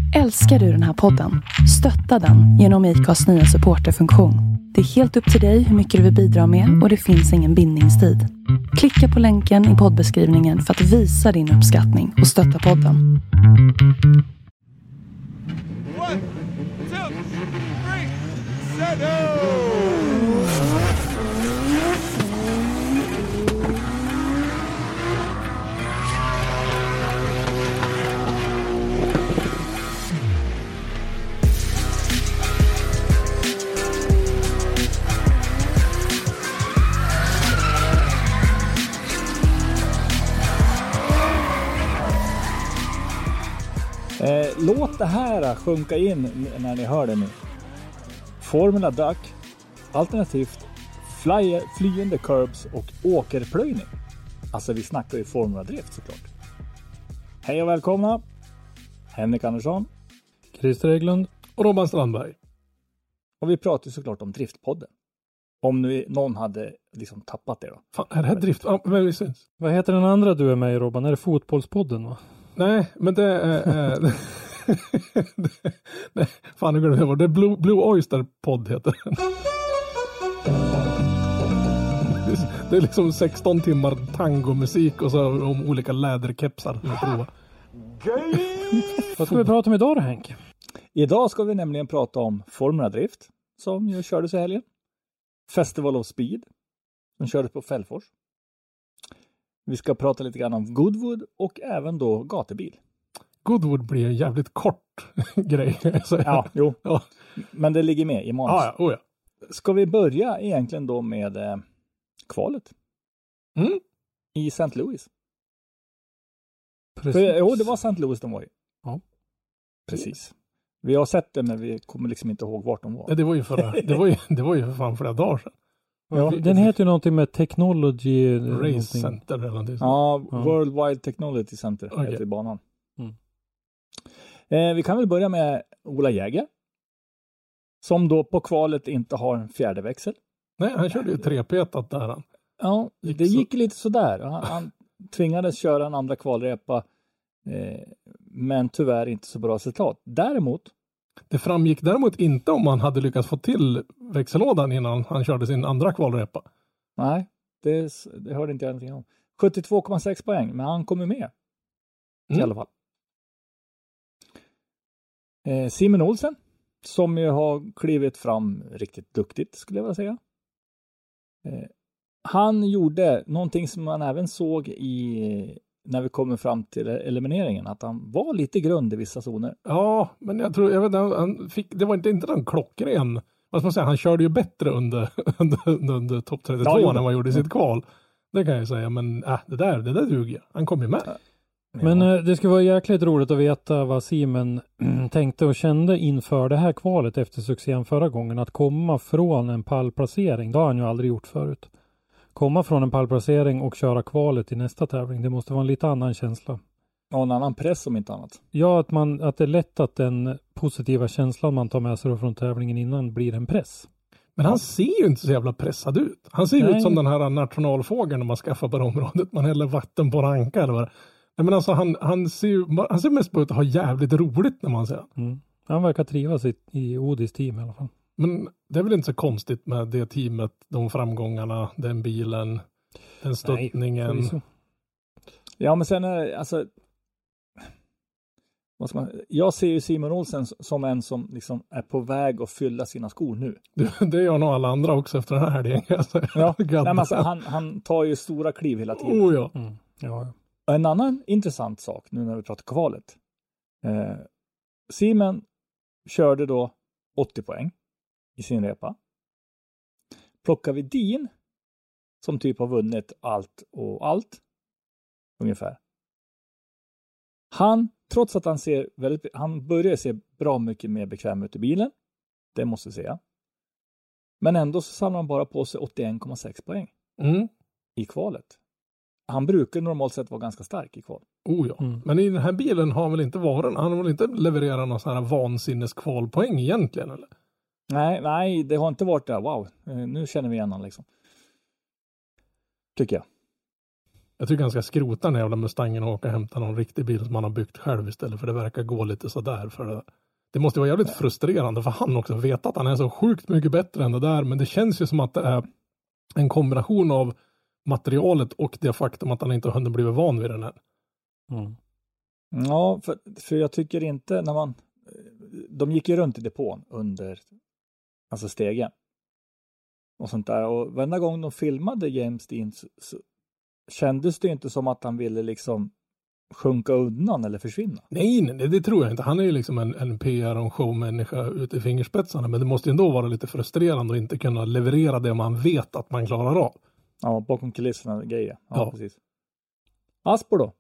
Älskar du den här podden? Stötta den genom IKAs nya supporterfunktion. Det är helt upp till dig hur mycket du vill bidra med och det finns ingen bindningstid. Klicka på länken i poddbeskrivningen för att visa din uppskattning och stötta podden. 1, 2, 3, set. Låt det här sjunka in när ni hör det nu. Formula Duck, alternativt flyende curbs och åkerplöjning. Alltså vi snackar ju Formula Drift såklart. Hej och välkomna. Henrik Andersson, Christer Eglund och Robban Strandberg. Och vi pratar ju såklart om Driftpodden. Om nu någon hade liksom tappat det då. Fan, är det här Drift? Ja, men vi syns. Vad heter den andra du är med i, Robban? Är det Fotbollspodden, va? Nej, men det är... nej, fan, nu går det över. Det är Blue Oyster Podd heter den. Det är liksom 16 timmar tangomusik och så om olika läderkepsar. Vad ska vi prata om idag då, Henk? Idag ska vi nämligen prata om Formula Drift som ju kördes i helgen. Festival of Speed som kördes på Fällfors. Vi ska prata lite grann om Goodwood och även då gatubil. Goodwood blir en jävligt kort grej. Ja, jo. Ja. Men det ligger med i manus. Ja, ja. Ska vi börja egentligen då med kvalet? I St. Louis. Precis. Jo, det var St. Louis de var i. Ja. Precis. Vi har sett det, men vi kommer liksom inte ihåg vart de var. Ja, det var ju för fan flera dagar sedan. Ja, den heter ju någonting med Technology Race Center eller någonting. Ja, Worldwide Technology Center heter banan. Vi kan väl börja med Ola Jäger. Som då på kvalet inte har en fjärde växel. Nej, han körde ju trepetat där han. Ja, det gick lite sådär. Han tvingades köra en andra kvalrepa. Men tyvärr inte så bra resultat. Det framgick däremot inte om han hade lyckats få till växellådan innan han körde sin andra kvalrepa. Nej, det hörde inte jag någonting om. 72,6 poäng, men han kom ju med. I alla fall. Simon Olsen, som ju har klivit fram riktigt duktigt skulle jag vilja säga. Han gjorde någonting som man även såg när vi kommer fram till elimineringen, att han var lite grund i vissa zoner. Ja, men jag tror, det var inte någon klockren. Vad ska man säga, han körde ju bättre under topp 32 när han gjorde sitt kval. Det kan jag säga, men det där duger. Han kom ju med. Men det skulle vara jäkligt roligt att veta vad Simon tänkte och kände inför det här kvalet efter succén förra gången. Att komma från en pallplacering, det har han ju aldrig gjort förut. Komma från en pallplacering och köra kvalet i nästa tävling. Det måste vara en lite annan känsla. Ja, en annan press om inte annat. Ja, att det är lätt att den positiva känslan man tar med sig från tävlingen innan blir en press. Men han ser ju inte så jävla pressad ut. Han ser ut som den här nationalfågeln man skaffar på det området. Man häller vatten på ranka eller vad. Nej, men alltså han ser mest på att ha jävligt roligt när man ser. Han verkar trivas i Odis team i alla fall. Men det är väl inte så konstigt med det teamet, de framgångarna, den bilen, den stöttningen. Nej, ja, men sen alltså jag ser ju Simon Olsen som en som liksom är på väg att fylla sina skor nu. Det gör nog alla andra också efter den här helgen. Ja. Nej, men alltså, han tar ju stora kliv hela tiden. Ja. Ja. En annan intressant sak nu när vi pratar kvalet. Simon körde då 80 poäng i sin repa. Plockar vi Dean som typ har vunnit allt ungefär. Han, trots att han börjar se bra mycket mer bekväm ut i bilen. Det måste jag säga. Men ändå så samlar han bara på sig 81,6 poäng i kvalet. Han brukar normalt sett vara ganska stark i kval. Men i den här bilen har han väl inte varit, han har väl inte levererat någon sån här vansinnes kvalpoäng egentligen, eller? Nej, det har inte varit där. Wow, nu känner vi igen han liksom. Tycker jag. Jag tycker han ska skrota den jävla Mustangen och åka och hämta någon riktig bil som han har byggt själv istället, för det verkar gå lite sådär. För det måste vara jävligt frustrerande för han också vet att han är så sjukt mycket bättre än det där, men det känns ju som att det är en kombination av materialet och det faktum att han inte har hunnit bli van vid den här. Mm. Ja, för jag tycker inte när de gick ju runt i depån under alltså stegen och sånt där, och varenda gång de filmade James Dean så kändes det inte som att han ville liksom sjunka undan eller försvinna. Nej, det tror jag inte. Han är ju liksom en PR och en showmänniska ute i fingerspetsarna, men det måste ju ändå vara lite frustrerande att inte kunna leverera det man vet att man klarar av. Ja, bakom kulisserna grejer. Ja, precis. Aspo då?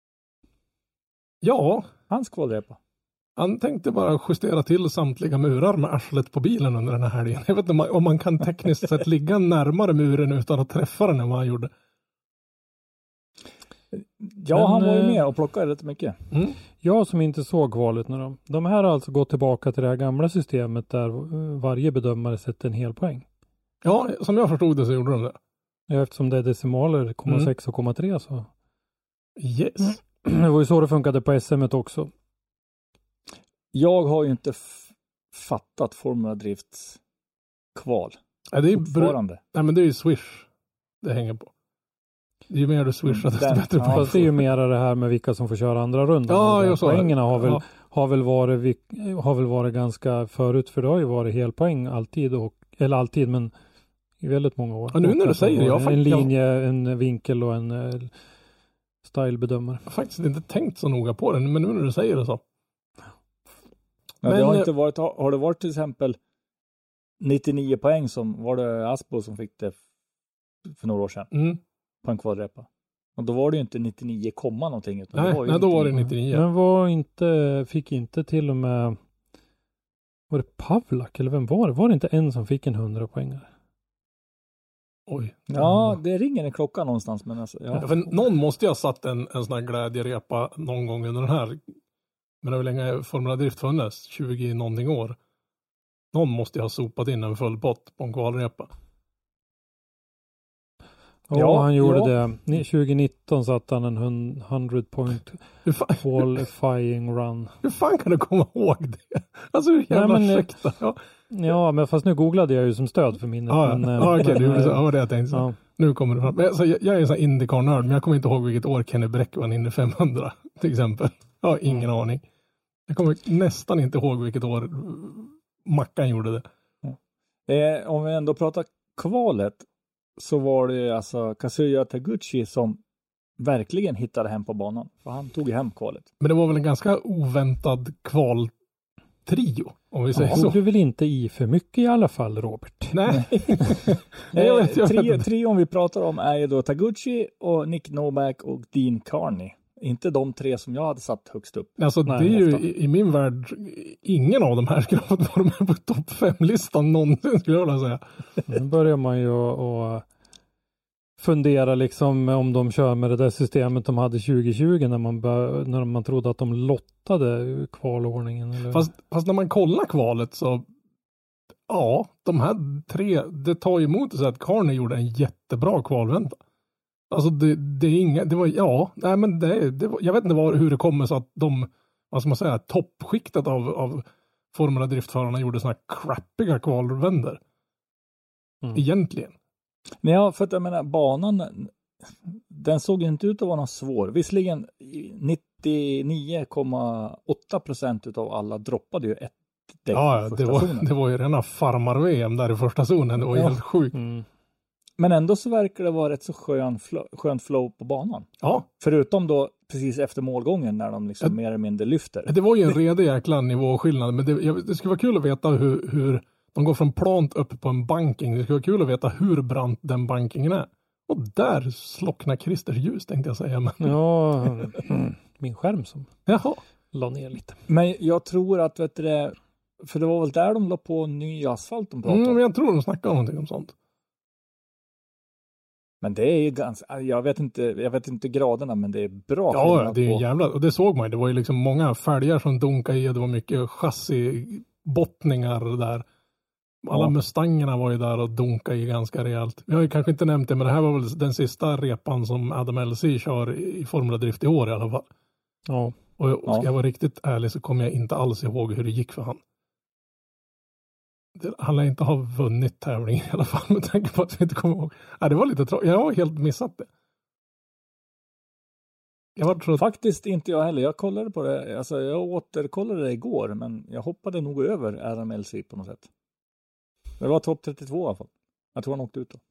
Ja. Hans kvalrepa. Han tänkte bara justera till samtliga murar med arslet på bilen under den här helgen. Jag vet inte om man kan tekniskt sett ligga närmare muren utan att träffa den än vad han gjorde. Ja, men, han var ju med och plockade rätt mycket. Mm. Jag som inte såg kvalet när de här har alltså gått tillbaka till det här gamla systemet där varje bedömare sätter en hel poäng. Ja, som jag förstod det så gjorde de det. Ja, eftersom det är decimaler, 0,6 och 0,3 så. Yes. Det var ju så det funkade på SM-et också. Jag har ju inte fattat Formula Drifts kval. Ja, det är fortfarande. Nej, men det är ju Swish det hänger på. Ju mer du swishar desto bättre. Ja, fast det är ju mera det här med vilka som får köra andra rundan. Ja, jag sa poängerna har väl varit ganska förut, för det har ju varit helpoäng alltid eller alltid, men i väldigt många år. Ja, nu när du säger det, jag en linje, en vinkel och en stylebedömare. Jag har faktiskt inte tänkt så noga på det, men nu när du säger det så. Men det har inte varit, har det varit till exempel 99 poäng som var det Aspo som fick det för några år sedan på en kvalrepa. Och då var det ju inte 99, någonting. Utan Nej, då var det 99. Men fick inte till och med, var det Pavlak eller vem var det? Var det inte en som fick en 100 poängare? Oj. Ja, det ringer en klocka någonstans. Men alltså, ja. För någon måste ju ha satt en sån här glädjerepa någon gång under den här. Men hur länge Formula Drift funnits? 20 någonting år. Någon måste ju ha sopat in en full pott på en kvalrepa. Ja, han gjorde det. 2019 satt han en 100 point qualifying run. Hur fan kan du komma ihåg det? Alltså hur jävla ursäkta. Ja, men fast nu googlade jag ju som stöd för minnet. Okej, det var det jag tänkte. Ja. Nu kommer det fram. Men, alltså, jag är en sån här Indycar-nörd, men jag kommer inte ihåg vilket år Kenny Bräck vann Indy 500 till exempel. Jag har ingen aning. Jag kommer nästan inte ihåg vilket år Mackan gjorde det. Om vi ändå pratar kvalet, så var det alltså Kazuya Taguchi som verkligen hittade hem på banan. För han tog hem kvalet. Men det var väl en ganska oväntad kvaltrio, om vi säger så. Du vill inte i för mycket i alla fall, Robert. Nej. Trion vi pratar om är ju då Taguchi och Nick Novak och Dean Carney. Inte de tre som jag hade satt högst upp. Alltså det är ju i min värld, ingen av de här skulle ha varit med på topp 5-listan någonsin, skulle jag vilja säga. Nu börjar man ju att fundera liksom om de kör med det där systemet de hade 2020 när man trodde att de lottade kvalordningen. Eller? Fast när man kollar kvalet så ja, de här tre, det tar ju emot sig att Carney gjorde en jättebra kvalvänta. Alltså det är inga, det var, ja, nej men det var, jag vet inte hur det kommer så att de, vad ska man säga, toppskiktet av Formula Driftförarna gjorde såna här crappiga kvalvänder. Egentligen. Men ja, för att jag menar, banan, den såg inte ut att vara någon svår. Visserligen 99,8% av alla droppade ju ett däck. Ja, det var ju rena farmar-VM där i första zonen. Det var helt sjukt. Men ändå så verkar det vara rätt så skön flow på banan. Ja. Förutom då precis efter målgången när de liksom mer eller mindre lyfter. Det var ju en redig jäkla nivåskillnad. Men det skulle vara kul att veta hur de går från plant upp på en banking. Det skulle vara kul att veta hur brant den bankingen är. Och där slocknar Christers ljus, tänkte jag säga. Men... Ja, min skärm som la ner lite. Men jag tror att, vet du, för det var väl där de la på ny asfalt de pratade om. Men jag tror de snackade om någonting om sånt. Men det är ju ganska, jag vet inte graderna, men det är bra. Ja, det är ju jävla, och det såg man ju. Det var ju liksom många fälgar som dunkade i, och det var mycket chassibottningar där. Alla Mustangerna var ju där och dunkade i ganska rejält. Vi har ju kanske inte nämnt det, men det här var väl den sista repan som Adam LC kör i Formula Drift i år i alla fall. Ja. Och ska jag vara riktigt ärlig så kommer jag inte alls ihåg hur det gick för han. Han lär inte ha vunnit tävlingen i alla fall med tanke på att vi inte kommer ihåg. Det var lite tråkigt. Jag har helt missat det. Faktiskt inte jag heller. Jag kollade på det. Alltså jag återkollade det igår, men jag hoppade nog över RMLC på något sätt. Det var topp 32 i alla fall. Jag tror han åkte ut då.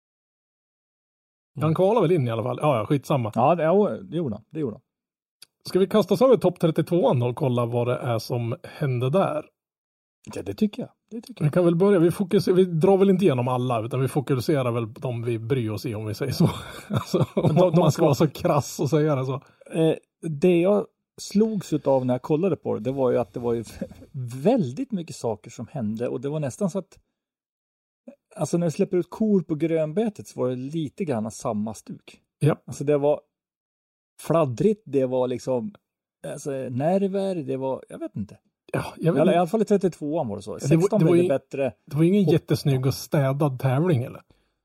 Han kvalade väl in i alla fall. Ja, skitsamma. Ja, det gjorde han. Ska vi kasta oss över topp 32 och kolla vad det är som hände där? Ja, det tycker jag. Vi kan väl börja. Vi drar väl inte igenom alla, utan vi fokuserar väl på dem vi bryr oss i, om vi säger så. Alltså, om man ska vara så krass och säga det så. Det jag slogs av när jag kollade på det var ju att det var ju väldigt mycket saker som hände, och det var nästan så att alltså när du släpper ut kor på grönbetet så var det lite grann samma stuk. Ja. Alltså det var fladdrigt, det var liksom alltså, nerver, det var, jag vet inte. Ja, I alla fall i 32an var det så. 16 det var blev det bättre. Det var ingen jättesnygg och städad tävling eller?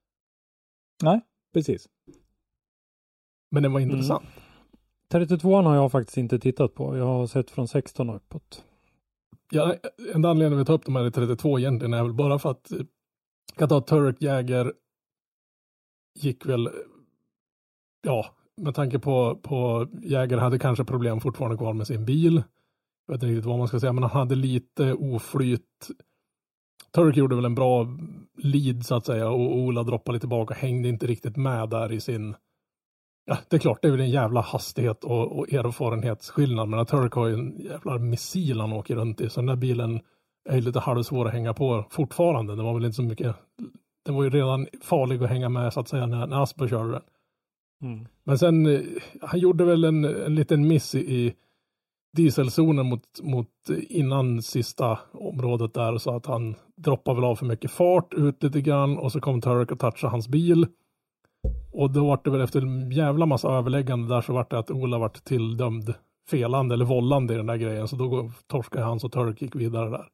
Nej, precis. Men det var intressant. 32an har jag faktiskt inte tittat på. Jag har sett från 16 och uppåt. Ja, en anledning vi tar upp de här i 32 egentligen är väl bara för att jag tar att Turek Jäger gick väl, ja, med tanke på Jäger hade kanske problem fortfarande kvar med sin bil. Jag vet inte riktigt vad man ska säga, men han hade lite oflyt. Turek gjorde väl en bra lead så att säga, och Ola droppade lite tillbaka och hängde inte riktigt med där i sin. Ja, det är klart, det är väl en jävla hastighet och erfarenhetsskillnad, men Turek har ju en jävla missil han åker runt i, så den där bilen är lite halvsvår att hänga på fortfarande. Det var väl inte så mycket, den var ju redan farlig att hänga med så att säga när Asper körde den. Men sen, han gjorde väl en liten miss i dieselzonen mot innan sista området där, så att han droppade väl av för mycket fart ut lite grann, och så kom Turek och touchade hans bil. Och då var det väl efter en jävla massa överläggande där, så var det att Ola var tilldömd felande eller vållande i den där grejen, så då torskade han, så Turek gick vidare där.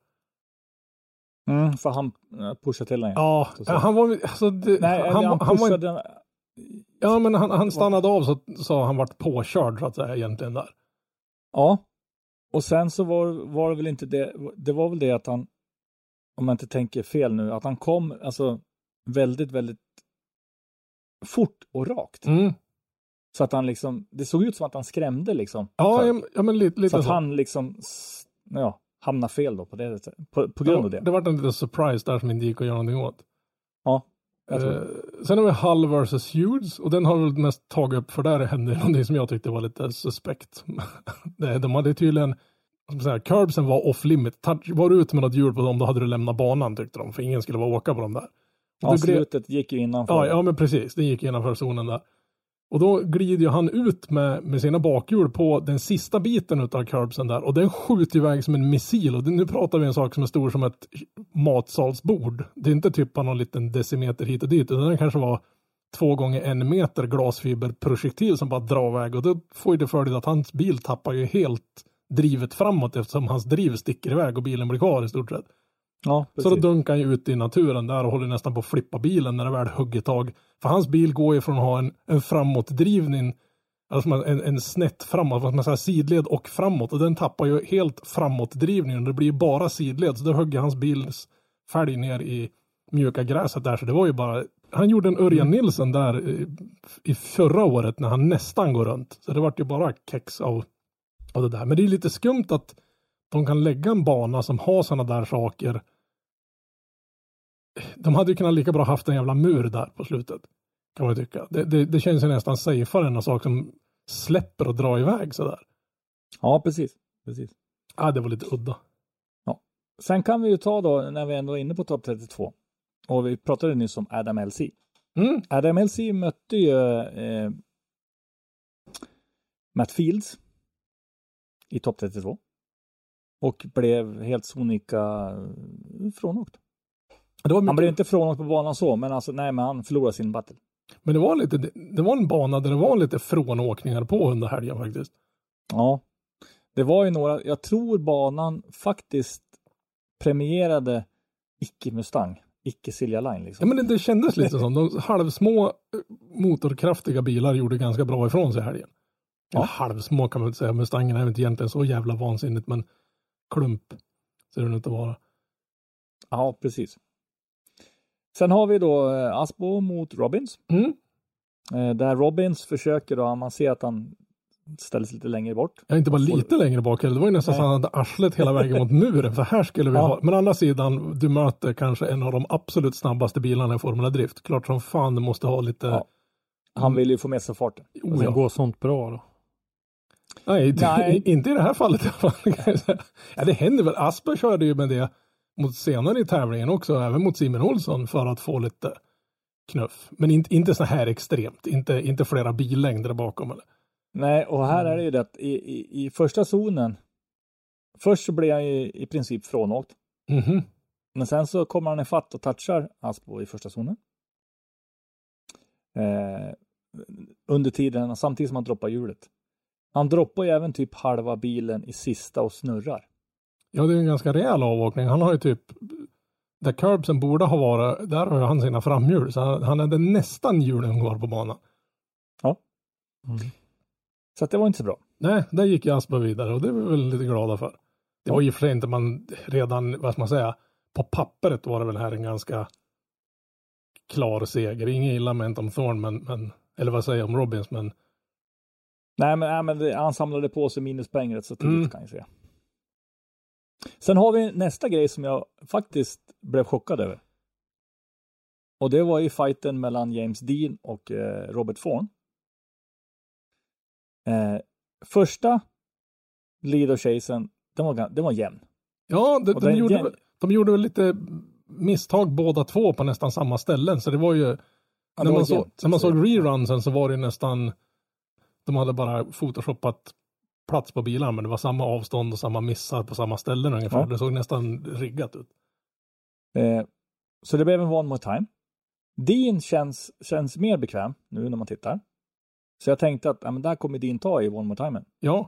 För han pushade till den. Ja, han var alltså han pushade den. Ja, men han stannade av, så han vart påkörd så att säga egentligen där. Ja. Och sen så var det väl inte det var väl det att han, om man inte tänker fel nu, att han kom alltså väldigt, väldigt fort och rakt. Så att han liksom, det såg ut som att han skrämde liksom. Ja, men lite så. Att han liksom, hamnade fel då på det sättet. På grund av det. Det var en liten surprise där som inte gick att göra någonting åt. Ja. Sen har vi Hull vs. Hughes, och den har väl mest tagit upp för där hände någonting som jag tyckte var lite suspekt. De hade tydligen, curbsen var off limit. Var du ute med något hjul på dem, då hade du lämnat banan tyckte de, för ingen skulle vara åka på dem där. Ja, slutet gick ju innanför. Ja, men precis, det gick innanför zonen där. Och då glider ju han ut med sina bakhjul på den sista biten av curbsen där, och den skjuter iväg som en missil, och nu pratar vi en sak som är stor som ett matsalsbord. Det är inte typ någon liten decimeter hit och dit, utan den kanske var 2 gånger 1 meter glasfiberprojektil som bara drar iväg, och då får ju det följd att hans bil tappar ju helt drivet framåt, eftersom hans driv sticker iväg och bilen blir kvar i stort sett. Ja, så då dunkar han ju ut i naturen där och håller nästan på att flippa bilen när det väl hugger tag. För hans bil går ju från att ha en framåtdrivning, alltså en snett framåt, vad man säger, sidled och framåt. Och den tappar ju helt framåtdrivningen. Det blir bara sidled, så då hugger hans bils fälg ner i mjuka gräset där. Så det var ju bara, han gjorde en Örjan Nilsson där i förra året när han nästan går runt. Så det var ju bara kex av det där. Men det är lite skumt att de kan lägga en bana som har sådana där saker. De hade ju kunnat lika bra haft en jävla mur där på slutet, kan man tycka. Det känns ju nästan safeare än en sak som släpper och drar iväg sådär. Ja, precis. Ja, det var lite udda. Ja. Sen kan vi ju ta då, när vi ändå är inne på topp 32. Och vi pratade nyss om Adam LC. Adam LC mötte ju Matt Fields i topp 32. Och blev helt sonika frånåkt. Han blev inte frånåkt på banan så, men alltså men han förlorade sin battle. Men det var en bana där det var lite frånåkningar på under helgen faktiskt. Ja. Det var ju några, jag tror banan faktiskt premierade icke-Mustang. Icke-Silja Line liksom. Ja, men det kändes lite som. De halvsmå motorkraftiga bilar gjorde ganska bra ifrån sig helgen. Ja. Eller halvsmå kan man inte säga. Mustangen är inte egentligen så jävla vansinnigt, men klump ser det ut att vara. Ja, precis. Sen har vi då Aspo mot Robbins. Där Robbins försöker då, man ser att han ställer sig lite längre bort. Ja, inte bara lite längre bak. Det var ju nästan så att han hade arslet hela vägen mot muren. För här skulle vi ha. Men å andra sidan, du möter kanske en av de absolut snabbaste bilarna i Formula Drift. Klart som fan du måste ha lite... Ja. Han vill ju få med sig farten. Och sen går sånt bra då. Nej, inte i det här fallet. Ja, det händer väl. Asper körde ju med det mot senare i tävlingen också. Även mot Simon Olsson för att få lite knuff. Men inte så här extremt. Inte flera billängder bakom eller. Nej, och här är det ju det att i första zonen först så blir han ju i princip frånåkt. Men sen så kommer han i fatt och touchar Aspo i första zonen. Under tiden, samtidigt som han droppar hjulet. Han droppar ju även typ halva bilen i sista och snurrar. Ja, det är en ganska rejäl avåkning. Han har ju typ, där curbsen borde ha varit, där har han sina framhjul. Så han hade nästan hjulen kvar på banan. Ja. Så att det var inte så bra. Nej, där gick ju Aspa vidare och det var vi väl lite glada för. Det var ju för sig inte man redan, vad ska man säga, på pappret var det väl här en ganska klar seger. Ingen illa med om Thorne, men eller vad säger jag om Robbins, men Nej, men han samlade på sig minuspoäng rätt så tidigt kan jag säga. Sen har vi nästa grej som jag faktiskt blev chockad över. Och det var ju fighten mellan James Dean och Robert Thorne. Första lead of chasen, den var jämn. Ja, de gjorde väl lite misstag båda två på nästan samma ställen. Så det var ju, när man såg rerunsen så var det nästan, de hade bara photoshoppat plats på bilarna, men det var samma avstånd och samma missar på samma ställen ungefär. Ja. Det såg nästan riggat ut. Så det blev en one more time. Dean känns mer bekväm nu när man tittar. Så jag tänkte att men där kommer Dean ta i one more time. Ja.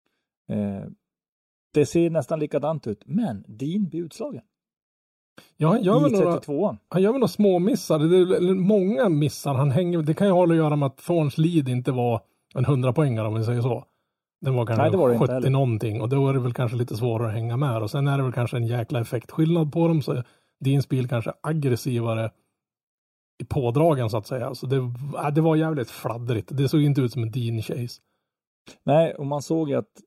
Det ser nästan likadant ut, men Dean blir utslagen. Ja, han gör väl några små missar. Det är många missar. Han hänger, det kan ju ha att göra med att Thorns lead inte var en 100-poängare om vi säger så. Den var kanske 70 någonting och då är det väl kanske lite svårare att hänga med. Och sen är det väl kanske en jäkla effektskillnad på dem, så Deans bil kanske aggressivare i pådragen så att säga. Så det var jävligt fladdrigt. Det såg inte ut som en Dean chase. Nej, och man såg att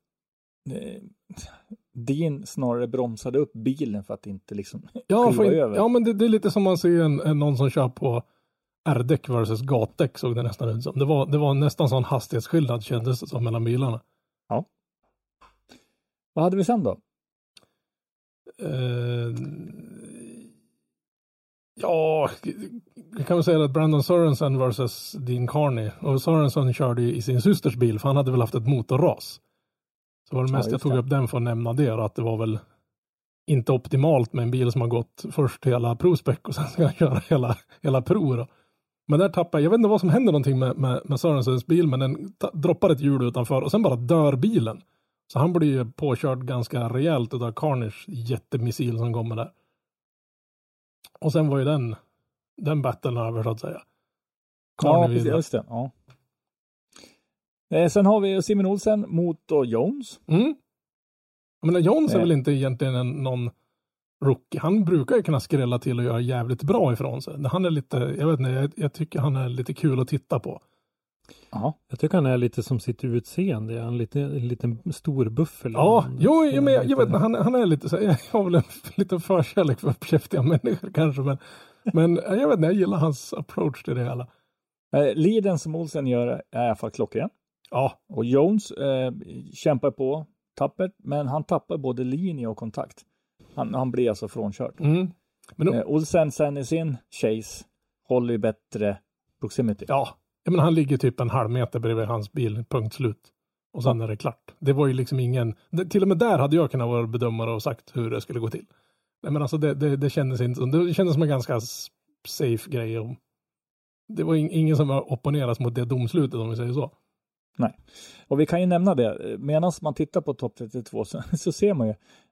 Dean snarare bromsade upp bilen för att inte liksom över. Ja, men det är lite som man ser någon som kör på R-däck versus gatdäck, såg det nästan ut som. Det var nästan sån hastighetsskillnad kändes det som mellan bilarna. Ja. Vad hade vi sen då? Ja, vi kan väl säga att Brandon Sorensen versus Dean Carney. Och Sorensen körde ju i sin systers bil, för han hade väl haft ett motorras. Så var det mest jag tog upp den för att nämna det, att det var väl inte optimalt med en bil som har gått först hela ProSpec och sen ska han köra hela Pro då. Men där tappar jag vet inte vad som händer någonting med Sörensens bil, men den droppar ett hjul utanför och sen bara dör bilen. Så han blir ju påkörd ganska rejält av Carnage jättemissil som kommer där. Och sen var ju den battlen över så att säga. Ja, precis, just det. Ja. Sen har vi Simon Olsen mot Jones. Men Jones är väl inte egentligen någon rookie. Han brukar ju kunna skrälla till och göra jävligt bra ifrån sig. Han är lite, jag vet inte, jag tycker han är lite kul att titta på. Ja, jag tycker han är lite som sitt utseende. Han är en liten stor buffel. Ja, men jag vet inte, han är lite så, jag har väl en liten förkärlek för käftiga människor kanske, men jag vet inte, jag gillar hans approach till det hela. Liden som Olsen gör är i alla fall klockren. Ja. Och Jones kämpar på tappert, men han tappar både linje och kontakt. Han blir alltså frånkörd. Men Olsen sen i sin chase håller ju bättre proximity. Ja, men han ligger typ en halv meter bredvid hans bil, punkt slut. Och sen är det klart. Det var ju liksom ingen, till och med där hade jag kunnat vara bedömare och sagt hur det skulle gå till. Nej, men alltså det kändes inte, det kändes som en ganska safe grej. Det var ingen som opponeras mot det domslutet om vi säger så. Nej. Och vi kan ju nämna det. Medan man tittar på topp 32 så ser man ju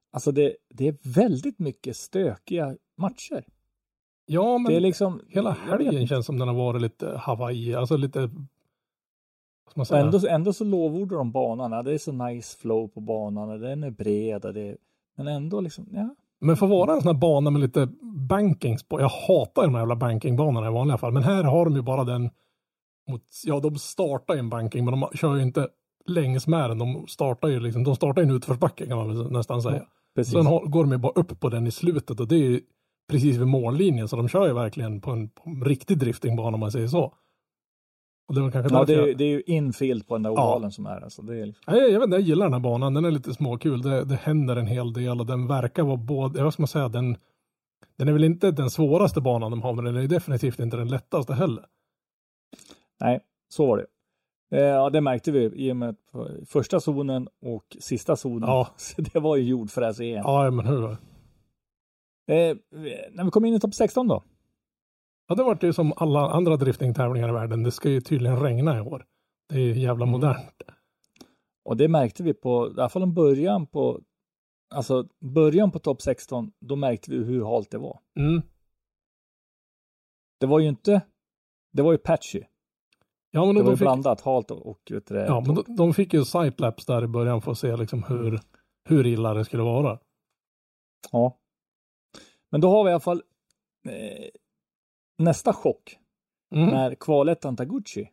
Alltså det är väldigt mycket stökiga matcher. Ja, men det är liksom, hela helgen känns som den har varit lite Hawaii. Alltså lite... Vad ska man säga? Ändå så lovordar de banan. Ja, det är så nice flow på banan. Den är bred. Men ändå liksom, ja. Men för att vara en sån här bana med lite bankings på. Jag hatar de här jävla bankingbanorna i vanliga fall. Men här har de ju bara den mot, ja, de startar ju en banking, men de kör ju inte längs med den. De startar ju en utförsbacke kan man väl nästan säga. Ja, sen går de ju bara upp på den i slutet och det är ju precis vid mållinjen, så de kör ju verkligen på en riktig driftingbana om man säger så. Och det är kanske det är ju infield på den där ovalen som är. Alltså, det är liksom... jag vet inte, jag gillar den här banan. Den är lite småkul. Det händer en hel del och den verkar vara både, vad ska man säga, den är väl inte den svåraste banan de har, men den är definitivt inte den lättaste heller. Nej, så var det. Ja, det märkte vi i och med första zonen och sista zonen. Ja. Så det var ju jordfräs igen. Ja, men hur? När vi kom in i topp 16 då? Ja, det var ju som alla andra driftingtävlingar i världen. Det ska ju tydligen regna i år. Det är ju jävla modernt. Och det märkte vi på, i alla fall början på topp 16, då märkte vi hur halt det var. Mm. Det var ju patchy. Ja, men det var ju blandat, halt och vet du, ja, men de fick ju sitelaps där i början för att se liksom hur illa det skulle vara. Ja. Men då har vi i alla fall nästa chock. När kvalettan Taguchi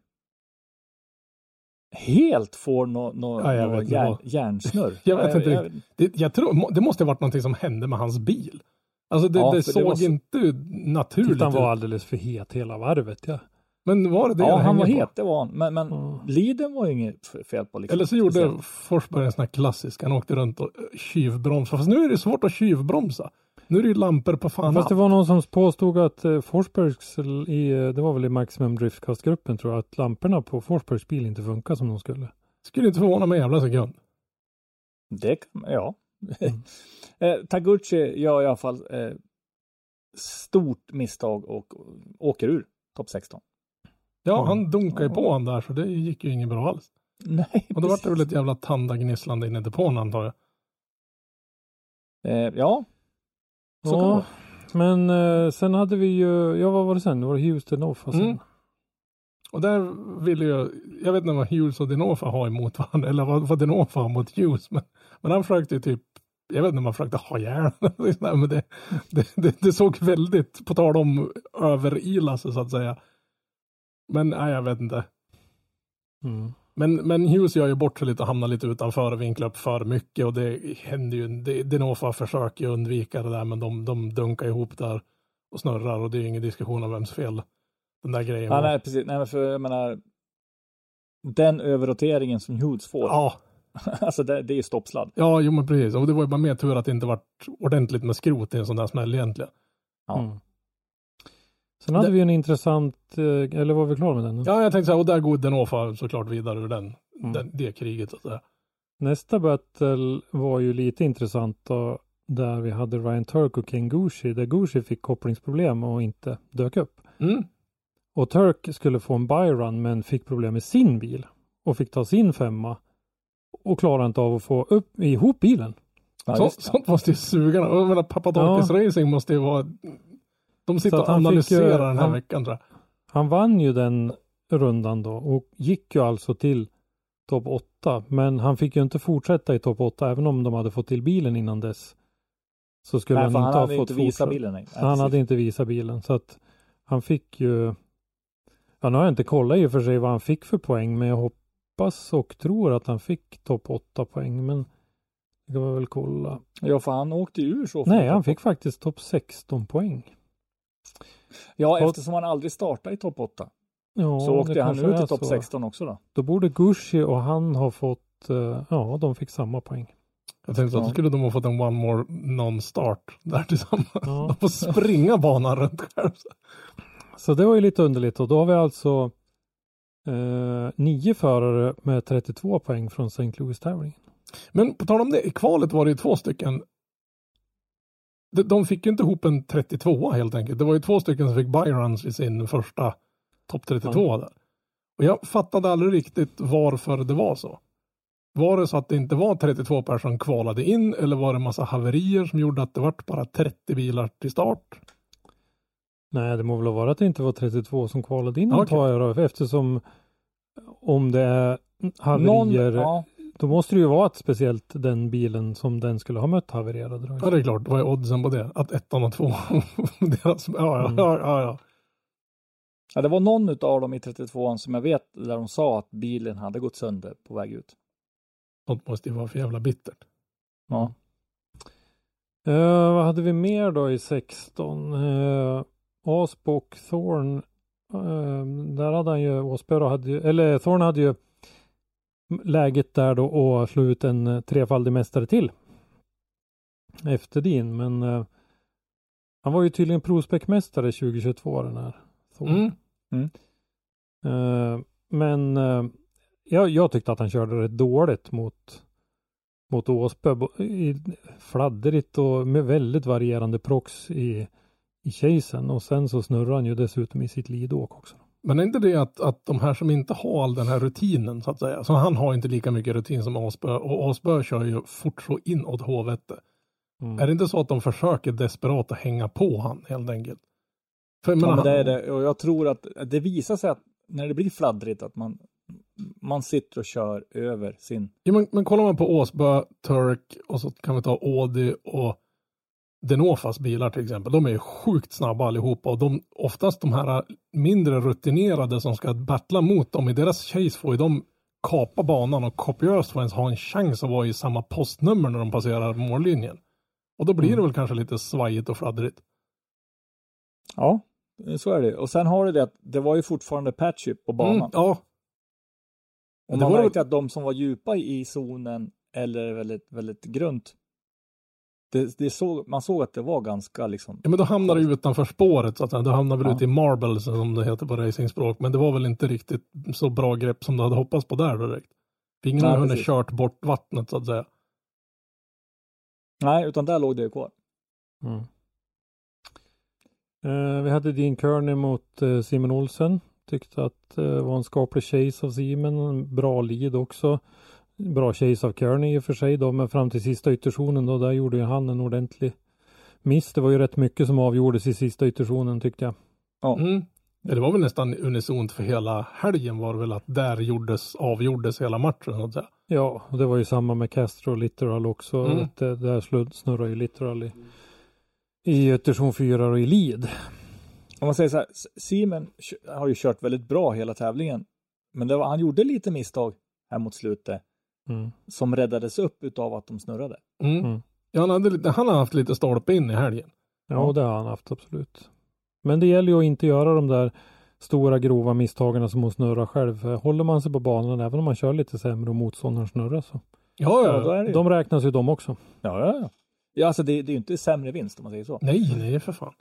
helt får järnsnurr. Jag vet inte. Jag tror, det måste ha varit någonting som hände med hans bil. Alltså det såg inte naturligt ut. Han var alldeles för het hela varvet, ja. Men var det ja, han var het, det var han. Men Liden var ju inget fel på. Liksom. Eller så gjorde Forsberg en sån här klassisk. Han åkte runt och tjuvbromsade. Fast nu är det svårt att tjuvbromsa. Nu är det ju lampor på fan. Fast det var någon som påstod att Forsbergs, det var väl i Maximum Driftcast-gruppen tror jag, att lamporna på Forsbergs bil inte funkar som de skulle. Skulle inte förvåna mig jävla sekund. Det kan man, ja. Taguchi gör i alla fall stort misstag och åker ur topp 16. Ja, han dunkar ju på han där, så det gick ju inget bra alls. Nej, och då var det väl ett jävla tandagnissland inne i depån, antar jag. Ja. Så kan det vara. Men sen hade vi ju, vad var det sen? Det var Hughes Denofa sen. Och där ville jag vet inte vad Hughes och Denofa har emot varandra, eller vad Denofa har mot Hughes, men han försökte ju typ, jag vet inte om man försökte ha järn, men det såg väldigt, på tal om överilas så att säga. Men nej, jag vet inte. Men Hughes gör ju bort sig lite och hamnar lite utanför och vinklar upp för mycket, och det händer ju, Denofa försöker undvika det där, men de dunkar ihop där och snurrar, och det är ju ingen diskussion om vems fel den där grejen var. Nej, precis. Nej, men för jag menar, den överroteringen som Hughes får. Ja. Alltså det är ju stoppsladd. Ja, jo men precis. Och det var ju bara mer tur att det inte varit ordentligt med skrot i en sån där smäll egentligen. Ja. Sen hade vi en intressant, eller var vi klara med den? Ja, jag tänkte så här, och där går Denofa såklart vidare ur det kriget. Så att säga. Nästa battle var ju lite intressant då, där vi hade Ryan Turk och Ken Gushi, där Gushi fick kopplingsproblem och inte dök upp. Och Turk skulle få en byrun men fick problem med sin bil och fick ta sin 5 och klarade inte av att få ihop bilen. Ja, sånt måste ju suga. Jag menar, Papadakis Racing måste ju vara... De sitter och analyserar den här veckan, tror jag. Han vann ju den rundan då och gick ju alltså till topp 8. Men han fick ju inte fortsätta i topp 8 även om de hade fått till bilen innan dess. Så skulle han inte ha fått fortsätta. Bilen, han hade inte visat bilen. Så att han fick ju... Ja, nu har jag inte kollat i och för sig vad han fick för poäng, men jag hoppas och tror att han fick topp 8 poäng. Men det kan man väl kolla. Ja, för han åkte ur så. Nej, han fick faktiskt topp 16 poäng. Ja, eftersom han aldrig startade i topp 8. Ja, så åkte han ut i topp 16 också då. Då borde Gushi och han ha fått, de fick samma poäng. Jag tänkte att skulle de ha fått en one more non-start där tillsammans. Ja. De får springa banan runt själv. Så det var ju lite underligt, och då har vi alltså 9 förare med 32 poäng från St. Louis-tävlingen. Men på tal om det, i kvalet var det ju 2 stycken. De fick ju inte ihop en 32 helt enkelt. Det var ju 2 stycken som fick byruns i sin första topp 32 där. Och jag fattade aldrig riktigt varför det var så. Var det så att det inte var 32 personer kvalade in eller var det massa haverier som gjorde att det var bara 30 bilar till start? Nej, det må väl vara att det inte var 32 som kvalade in, Okay. antar jag då, eftersom om det är haverier, då måste det ju vara att speciellt den bilen som den skulle ha mött havererade. Då. Ja, det är klart. Vad är oddsen på det? Att 1 och 2 deras, ja. Ja, det var någon av dem i 32an som jag vet där de sa att bilen hade gått sönder på väg ut. Sånt måste ju vara för jävla bittert. Ja. Vad hade vi mer då i 16? Asp och Thorn. Där hade han ju, Thorn hade ju läget där då och slå ut en trefaldig mästare till. Efter din, men han var ju tydligen prospektmästare 2022 den här Thorn. Men jag tyckte att han körde rätt dåligt mot Åsbö. Fladdrigt och med väldigt varierande prox i chasen. Och sen så snurrar han ju dessutom i sitt lidåk också. Men är inte det att de här som inte har all den här rutinen så att säga. Så han har inte lika mycket rutin som Åsbö. Och Åsbö kör ju fort så in åt H-vette. Är det inte så att de försöker desperat att hänga på han helt enkelt? För, men det är det. Och jag tror att det visar sig att när det blir fladdrigt att man sitter och kör över sin... Ja, men kollar man på Åsbö, Turk och så kan vi ta Audi och Denofas bilar till exempel. De är sjukt snabba allihopa och oftast de här mindre rutinerade som ska battla mot dem i deras chase får ju de kapa banan och kopiöst för ens ha en chans att vara i samma postnummer när de passerar mållinjen. Och då blir det väl kanske lite svajigt och fladdrigt. Ja, så är det. Och sen har det att det var ju fortfarande patchy på banan. Ja. Och man märkte att de som var djupa i zonen eller väldigt, väldigt grunt, man såg att det var ganska liksom... Ja, men då hamnar det utanför spåret så att säga. Då hamnar väl ute i marbles som det heter på racingspråk. Men det var väl inte riktigt så bra grepp som du hade hoppats på där direkt. Ingen har hunnit kört bort vattnet så att säga. Nej, utan där låg det kvar. Vi hade Dean Kearney mot Simon Olsen. Tyckte att det var en skaplig chase av Simon. En bra lead också. Bra chase av Kearney i och för sig då. Men fram till sista ytterzonen då. Där gjorde ju han en ordentlig miss. Det var ju rätt mycket som avgjordes i sista ytterzonen tyckte jag. Ja. Det var väl nästan unisont för hela helgen var det väl att där avgjordes hela matchen så att säga. Ja, och det var ju samma med Castro och Littoral också. Att där snurrar ju Littoral i ytterzon 4 och i lead. Om man säger så här, Simon har ju kört väldigt bra hela tävlingen. Men han gjorde lite misstag här mot slutet. Som räddades upp utav att de snurrade. Ja, han har haft lite stolpe in i helgen. Ja, det har han haft absolut. Men det gäller ju att inte göra de där stora grova misstagen som hon snurrar själv. För håller man sig på banan även om man kör lite sämre och motståndaren snurrar så. Ja, de räknas ju de också. Ja, alltså det är ju inte sämre vinst om man säger så. Nej, för fan.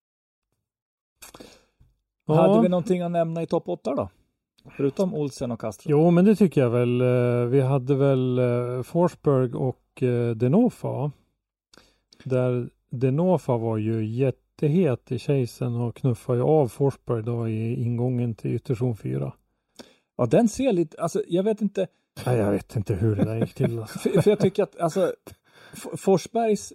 Ja. Hade vi någonting att nämna i topp 8 då? Förutom Olsen och Castro. Jo, men det tycker jag väl. Vi hade väl Forsberg och Denofa. Där Denofa var ju jättehet i chasen och knuffade ju av Forsberg då i ingången till ytterzon 4. Ja, den ser lite, alltså jag vet inte. Nej, jag vet inte hur det där gick till. för jag tycker att alltså Forsbergs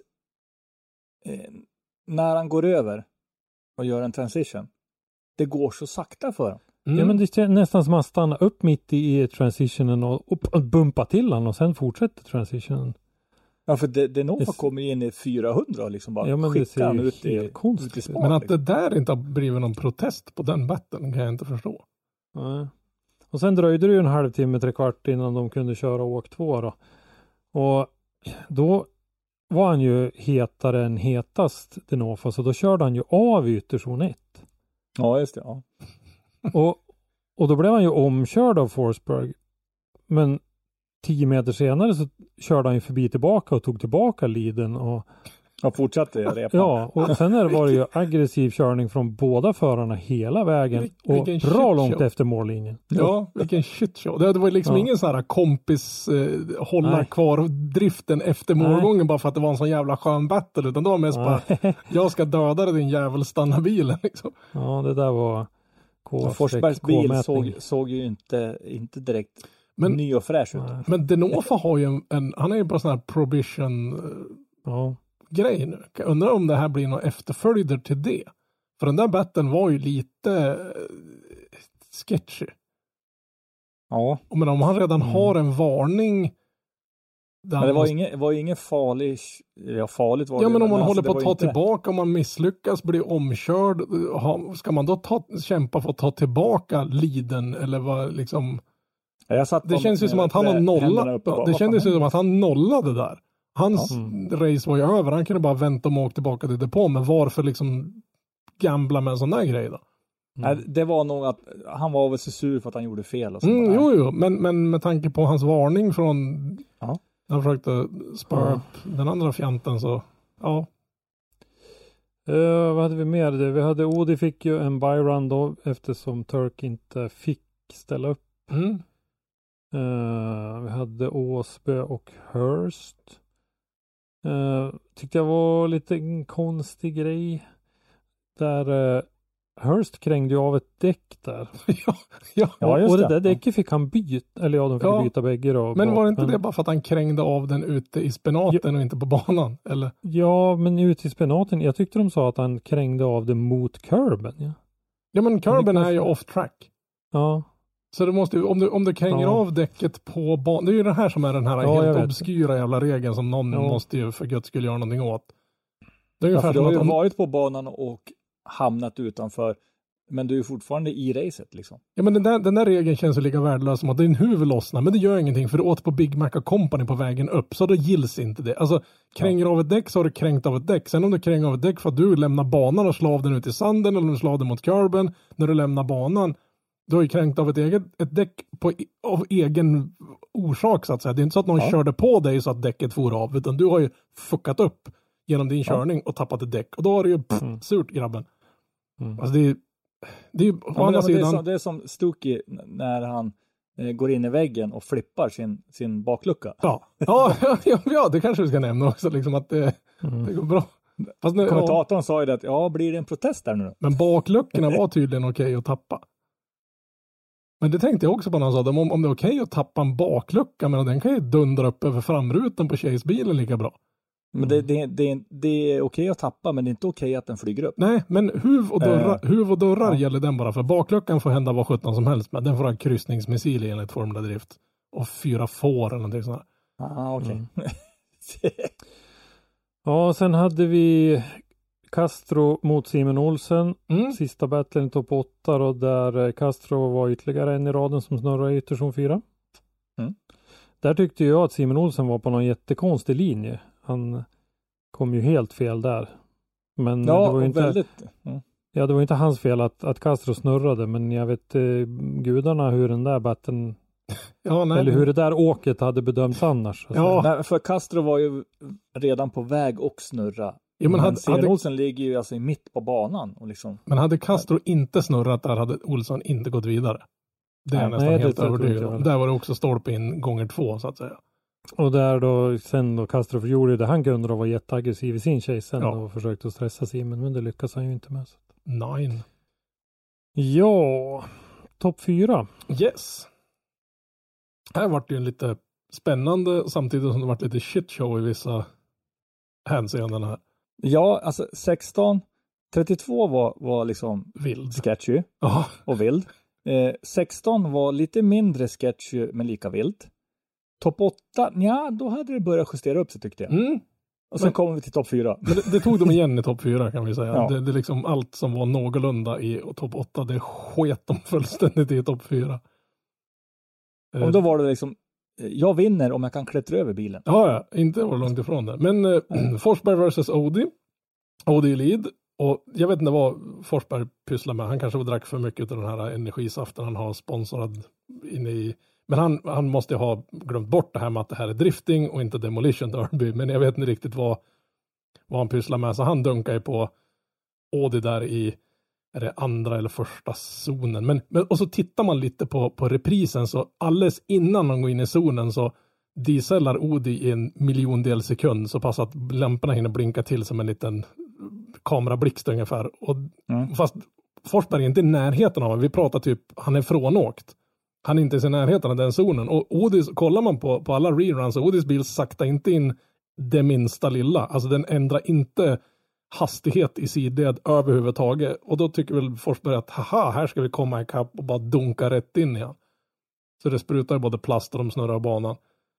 när han går över och gör en transition, det går så sakta för honom. Ja, men det är nästan som att han stannar upp mitt i transitionen och bumpar till han och sen fortsätter transitionen. Ja, för Denofa kommer in i 400 och liksom bara skickar han ut i konstigt. Men att det där inte har blivit någon protest på den batten kan jag inte förstå. Nej. Och sen dröjde det ju en halvtimme, 3/4 innan de kunde köra åk 2 då. Och då var han ju hetare än hetast Denofa, så då körde han ju av ytterzon 1. Ja, just det. Ja. Och då blev han ju omkörd av Forsberg. Men 10 meter senare så körde han ju förbi tillbaka och tog tillbaka leaden och fortsatte repa. Ja, och sen var det ju aggressiv körning från båda förarna hela vägen och bra långt efter mållinjen. Ja, vilken shitshow. Det var liksom ingen sån här kompis hålla kvar driften efter målgången bara för att det var en sån jävla skön battle, utan det var mest bara jag ska döda dig din jävel, stanna bilen liksom. Ja, det där var Forsbergs bil såg ju inte direkt. ny och fräsch ut. Men Denofa har ju han är ju på sån här prohibition grej nu. Jag undrar om det här blir någon efterföljder till det. För den där batten var ju lite sketchy. Ja. Men om han redan har en varning. Men det var ju ingen farligt var det. Ja, men om man håller på att ta tillbaka, om man misslyckas, blir omkörd, ska man då kämpa för att ta tillbaka liden eller vad liksom? Det känns ju som att han har nollat. Det kändes ju som att han nollade där. Hans race var ju över. Han kunde bara vänta och åka tillbaka till depå. Men varför liksom gambla med en sån där grej då? Det var nog att han var väl så sur för att han gjorde fel. Och Jo, men med tanke på hans varning från... Han försökte spara upp den andra fjanten så... Ja. Vad hade vi mer? Vi Odi fick ju en byrun då eftersom Turk inte fick ställa upp. Vi hade Åsbö och Hurst. Tyckte jag var lite en konstig grej. Där Hurst krängde ju av ett däck där. Ja, just och det där däcket fick han byta. Eller de fick byta bägge då. Men var det inte det bara för att han krängde av den ute i spenaten och inte på banan? Eller? Ja, men ute i spenaten. Jag tyckte de sa att han krängde av det mot curben. Ja, men curben är ju off track. Ja. Så det måste om du kränger av däcket på banan. Det är ju det här som är den här helt obskyra jävla regeln som någon måste ju för guds skull göra någonting åt. Det är ungefär du har ju varit på banan och hamnat utanför, men du är fortfarande i racet liksom. Ja, men den där regeln känns ju lika värdelös som att din huvud lossnar, men det gör ingenting för du åt på Big Mac Company på vägen upp, så då gills inte det. Alltså, kränger av ett däck så har du kränkt av ett däck. Sen om du kränger av ett däck för att du lämnar banan och slav den ut i sanden eller du slav den mot kurben när du lämnar banan, du har ju kränkt av ett däck av egen orsak så att säga. Det är inte så att någon körde på dig så att däcket for av, utan du har ju fuckat upp genom din körning och tappat ett däck. Och då har det ju surt, grabben. Alltså det är ju å andra sidan... Det är som Stucky när han går in i väggen och flippar sin baklucka. Ja, det kanske vi ska nämna också. Liksom att det går bra. Fast kommentatorn sa ju det att blir det en protest där nu? Men bakluckorna var tydligen okej att tappa. Men det tänkte jag också på när han sa det. Om det är okej att tappa en baklucka, men den kan ju dundra upp över framrutan på Chase-bilen lika bra. Men det är okej att tappa, men det är inte okej att den flyger upp. Nej, men huv och dörrar gäller den bara. För bakluckan får hända vad 17 som helst. Men den får ha kryssningsmissil enligt Formula Drift. Och 4 får eller någonting sånt här. Okej. Ja, sen hade vi Castro mot Simon Olsen. Sista battlen i topp 8 och där Castro var ytterligare en i raden som snurrade i ytterzon 4. Där tyckte jag att Simon Olsen var på någon jättekonstig linje. Han kom ju helt fel där. Men det var ju inte det var inte hans fel att Castro snurrade, men jag vet gudarna hur den där batten eller hur det där åket hade bedömts annars. Nej, för Castro var ju redan på väg och snurra. Ja, men Simon Olsen ligger ju alltså mitt på banan och liksom. Men hade Castro inte snurrat där hade Olsson inte gått vidare. Det är jag nästan helt övertygad om. Där var det också stolpe in gånger 2 så att säga. Och där då sen då Castro gjorde det han kunde då var jätteaggressiv i sin chase sen och försökte att stressa Simon, men det lyckas han ju inte med. Nej. Ja, topp 4. Yes. Här var det ju en lite spännande samtidigt som det var lite shitshow i vissa hänseenden här. Ja, alltså 32 var liksom vild. Sketchy och vild. 16 var lite mindre sketchy men lika vild. Topp 8, då hade det börjat justera upp sig tyckte jag. Och sen kommer vi till topp 4. Men det tog dem igen i topp 4 kan vi säga. Ja. Det liksom allt som var någorlunda i topp 8, det sket de fullständigt i topp 4. Och då var det liksom, jag vinner om jag kan klättra över bilen. Ja, inte var långt ifrån det. Men Forsberg versus Audi. Audi i lead. Och jag vet inte vad Forsberg pysslar med. Han kanske drack för mycket av den här energisaften han har sponsrad inne i. Men han måste ha glömt bort det här med att det här är drifting och inte demolition derby. Men jag vet inte riktigt vad han pysslar med. Så han dunkar ju på Audi där i är det andra eller första zonen. Men och så tittar man lite på reprisen så alldeles innan man går in i zonen så dieselar Audi i 1 miljondel sekund så pass att lamporna hinner blinka till som en liten kamerablixt ungefär. Och fast Forsberg är inte i närheten av honom. Vi pratar typ, han är frånåkt. Han är inte i närheten av den zonen. Och Odis, kollar man på alla reruns, Odis bil sakta inte in det minsta lilla. Alltså den ändrar inte hastighet i sidled överhuvudtaget. Och då tycker väl Forsberg att här ska vi komma ikapp och bara dunka rätt in igen. Så det sprutar både plast och de snurrar banan.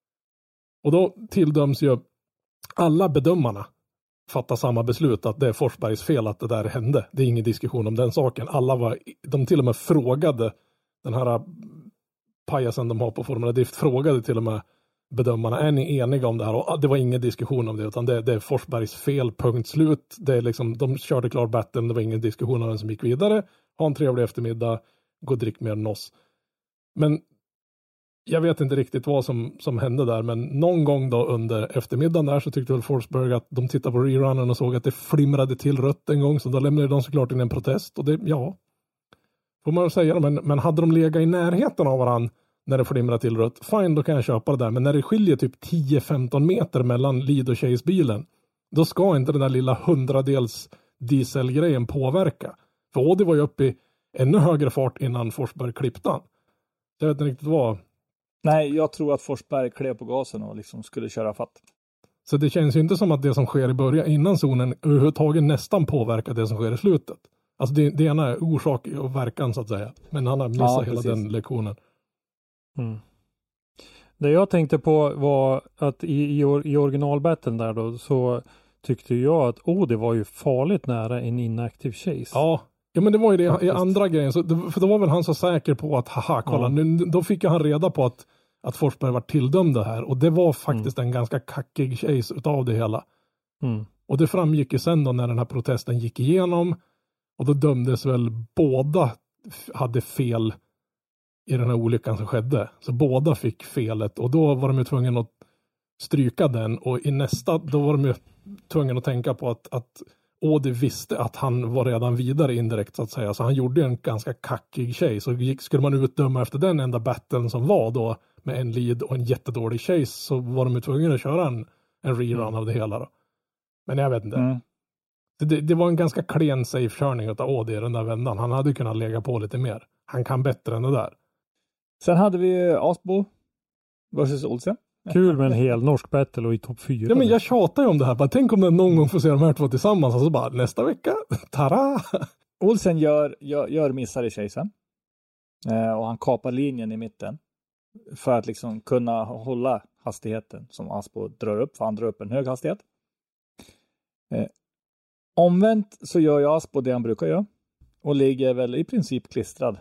Och då tilldöms ju alla bedömarna fatta samma beslut att det är Forsbergs fel att det där hände. Det är ingen diskussion om den saken. De till och med frågade den här pajasen de har på Formula Drift, frågade till och med bedömarna, är ni eniga om det här? Och det var ingen diskussion om det, utan det är Forsbergs fel, punkt slut. Det är liksom, de körde klar battlen, det var ingen diskussion om den som gick vidare. Ha en trevlig eftermiddag, gå och drick mer än oss. Men jag vet inte riktigt vad som hände där, men någon gång då under eftermiddagen där så tyckte väl Forsberg att de tittade på rerunnen och såg att det flimrade till rött en gång, så då lämnade de såklart in en protest. Och det, ja, får man säga, men hade de legat i närheten av varandra när det flimrar till rött, fine, då kan jag köpa det där. Men när det skiljer typ 10-15 meter mellan lead och chase-bilen, då ska inte den där lilla 100-dels dieselgrejen påverka. För Audi var ju uppe i ännu högre fart innan Forsberg klippte han. Så jag vet inte riktigt vad. Nej, jag tror att Forsberg klev på gasen och liksom skulle köra fatt. Så det känns ju inte som att det som sker i början innan zonen överhuvudtaget nästan påverkar det som sker i slutet. Alltså det ena är orsak och verkan så att säga. Men han har missat hela den lektionen. Mm. Det jag tänkte på var att i originalbattlen där då, så tyckte jag att Audi var ju farligt nära en inactive chase. Ja, men det var ju det i andra grejen. För då var väl han så säker på att kolla, nu, då fick han reda på att Forsberg var tilldömd det här. Och det var faktiskt en ganska kackig chase utav det hela. Mm. Och det framgick ju sen då när den här protesten gick igenom. Och då dömdes väl båda hade fel i den här olyckan som skedde. Så båda fick felet. Och då var de ju tvungna att stryka den. Och i nästa, då var de ju tvungna att tänka på att Audi visste att han var redan vidare indirekt så att säga. Så han gjorde en ganska kackig chase. Så skulle man utdöma efter den enda battlen som var då med en lead och en jättedålig chase, så var de ju tvungna att köra en rerun av det hela då. Men jag vet inte. Mm. Det var en ganska klen safe-körning av Audi i den där vändan. Han hade kunnat lägga på lite mer. Han kan bättre än det där. Sen hade vi Asbo versus Olsen. Kul med en hel norsk battle och i topp 4. Ja, men jag tjatar ju om det här. Bara, tänk om jag någon gång får se de här två tillsammans. Och så bara, nästa vecka, tada! Olsen gör missar i chasen. Och han kapar linjen i mitten. För att liksom kunna hålla hastigheten som Asbo drar upp. För han drar upp en hög hastighet. Omvänt så gör ju Asbo det han brukar göra. Och ligger väl i princip klistrad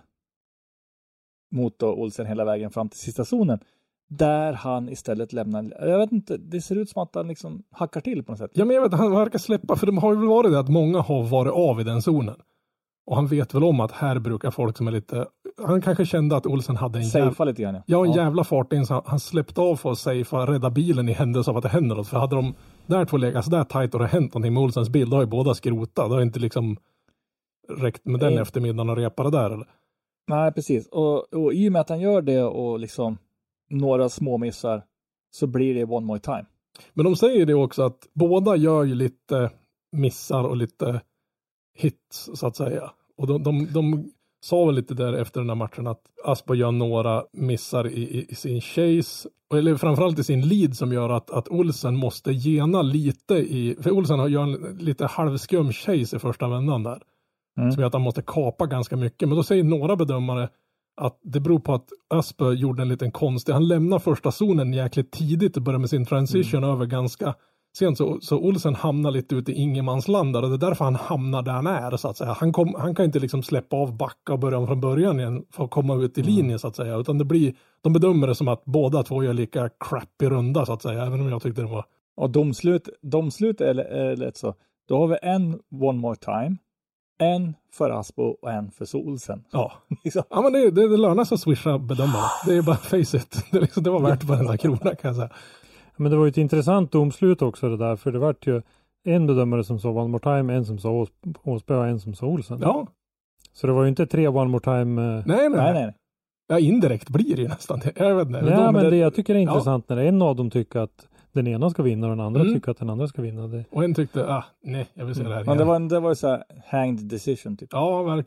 mot Olsen hela vägen fram till sista zonen. Där han istället lämnar, jag vet inte, det ser ut som att han liksom hackar till på något sätt. Ja, men jag vet, han verkar släppa, för det har ju väl varit det att många har varit av i den zonen. Och han vet väl om att här brukar folk som är lite, han kanske kände att Olsen hade en lite grann, jävla fart in, så han släppte av för att safea, rädda bilen i händelse av att det händer något. För hade de där två legat så där tajt och det hänt någonting med Olsens bil, då har ju båda skrotat. Det har inte liksom räckt med den eftermiddagen och repa det där, eller? Nej, precis. Och i och med att han gör det och liksom några små missar, så blir det one more time. Men de säger det också att båda gör ju lite missar och lite hits så att säga. Och de sa väl lite där efter den här matchen att Asbo gör några missar i sin chase, eller framförallt i sin lead, som gör att Olsen måste gena lite för Olsen gör en lite halvskum chase i första vändan där. Som gör att han måste kapa ganska mycket. Men då säger några bedömare att det beror på att Asbo gjorde en liten konstig, han lämnar första zonen jäkligt tidigt och börjar med sin transition över ganska sent, så Olsen hamnar lite ute i ingenmansland där, och det är därför han hamnar där han är så att säga. Han kan inte liksom släppa av, backa och börja från början igen för att komma ut i linjen så att säga, utan det blir, de bedömer det som att båda två gör lika crappy runda så att säga, även om jag tyckte det var. Och domslut är lätt så. Då har vi en one more time, en för Asbo och en för Olsen. Ja. Ja, men det lönar sig att swisha bedömare. Det är bara face it. Det var värt varenda krona, kan jag säga. Men det var ju ett intressant domslut också det där, för det var ju en bedömare som sa one more time, en som sa Åsby och en som sa Olsen. Ja. Så det var ju inte 3 one more time. Nej. Ja, indirekt blir det ju nästan. Jag vet inte. Nej, men det jag tycker är intressant när en av dem tycker att den ena ska vinna och den andra tycker att den andra ska vinna. Det. Och en tyckte, nej, jag vill se det här. Men det var ju så här hanged decision typ. Ja, verkligen.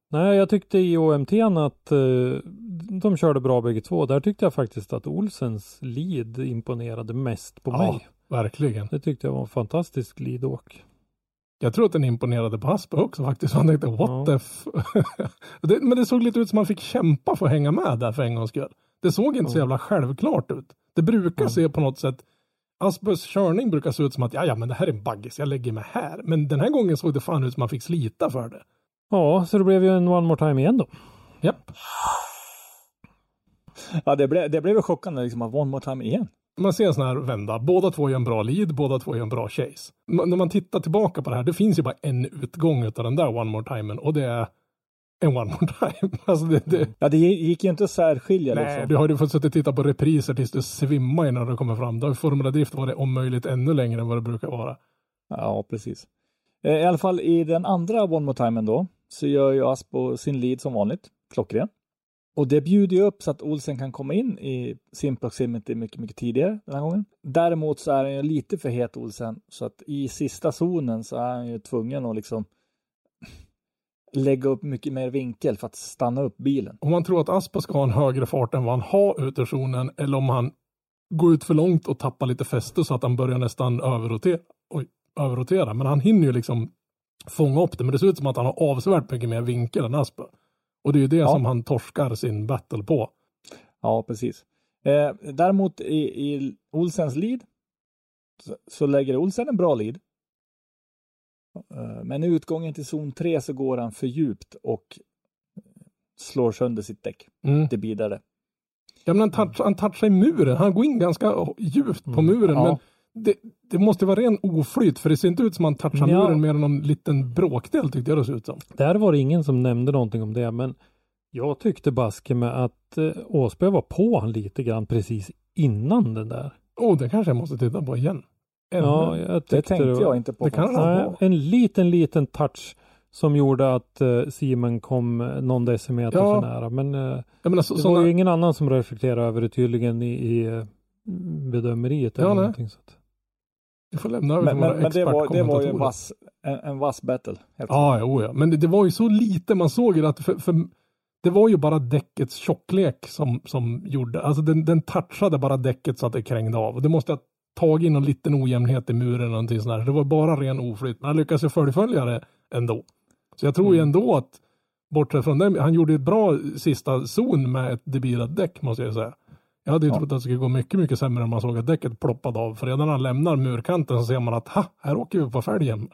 Nej, jag tyckte i OMT:n att de körde bra bägge två. Där tyckte jag faktiskt att Olsens lead imponerade mest på mig. Verkligen. Det tyckte jag var en fantastisk lead-åk. Jag tror att den imponerade på Asper också faktiskt. Han tänkte, what the Men det såg lite ut som man fick kämpa för att hänga med där för en gångs skull. Det såg inte så jävla självklart ut. Det brukar se på något sätt, Aspers körning brukar se ut som att ja men det här är en baggis, jag lägger mig här. Men den här gången såg det fan ut som man fick slita för det. Ja, så det blev ju en one more time igen då. Japp. Ja, det blev ju chockande liksom att one more time igen. Man ser en sån här vända. Båda två gör en bra lead, båda två gör en bra chase. När man tittar tillbaka på det här, det finns ju bara en utgång av den där one more timen och det är en one more time. Alltså Ja, det gick ju inte att särskilja. Nej, liksom. Du har ju fått sitta och titta på repriser tills du svimmar innan du kommer fram. Då har ju Formula Drift varit om möjligt ännu längre än vad det brukar vara. Ja, precis. I alla fall i den andra one more timen då så gör ju Aspo sin lead som vanligt, klockren. Och det bjuder ju upp så att Olsen kan komma in i sin proximity mycket, mycket tidigare den här gången. Däremot så är han ju lite för het Olsen så att i sista zonen så är han ju tvungen att liksom lägga upp mycket mer vinkel för att stanna upp bilen. Om man tror att Aspo ska ha en högre fart än vad han har ut ur zonen eller om han går ut för långt och tappar lite fäste så att han börjar nästan överrotera. Men han hinner ju liksom fånga upp det. Men det ser ut som att han har avsevärt mycket mer vinkel än Aspo. Och det är ju det som han torskar sin battle på. Ja, precis. Däremot i Olsens lead så lägger Olsen en bra lead. Men i utgången till zon 3 så går han för djupt och slår sönder sitt däck. Det bidrar det. Ja, men han touchar i muren. Han går in ganska djupt på muren. Men det måste vara ren oflyt. För det ser inte ut som han touchar muren mer än någon liten bråkdel tyckte jag det såg ut som. Där var det ingen som nämnde någonting om det. Men jag tyckte baske med att Åsberg var på han lite grann precis innan den där. Det kanske jag måste titta på igen. Ja, det tänkte jag inte på. Det kan en liten touch som gjorde att Simen kom någon decimeter för nära. Men det var ju ingen annan som reflekterade över det tydligen i bedömeriet. Eller någonting, så att. Du får lämna över men det var ju en vass battle. Ja. Men det var ju så lite man såg det att för det var ju bara däckets tjocklek som gjorde. Alltså den touchade bara däcket så att det krängde av. Och det måste ha tagit in någon liten ojämnhet i muren eller någonting sånt där. Det var bara ren oflyt. Men han lyckades ju fullfölja det ändå. Så jag tror ju ändå att bortsett från det, han gjorde ett bra sista zon med ett debilat däck måste jag säga. Jag hade ju trott att det skulle gå mycket, mycket sämre när man såg att däcket ploppade av. För redan när han lämnar murkanten så ser man att här åker vi på fälgen.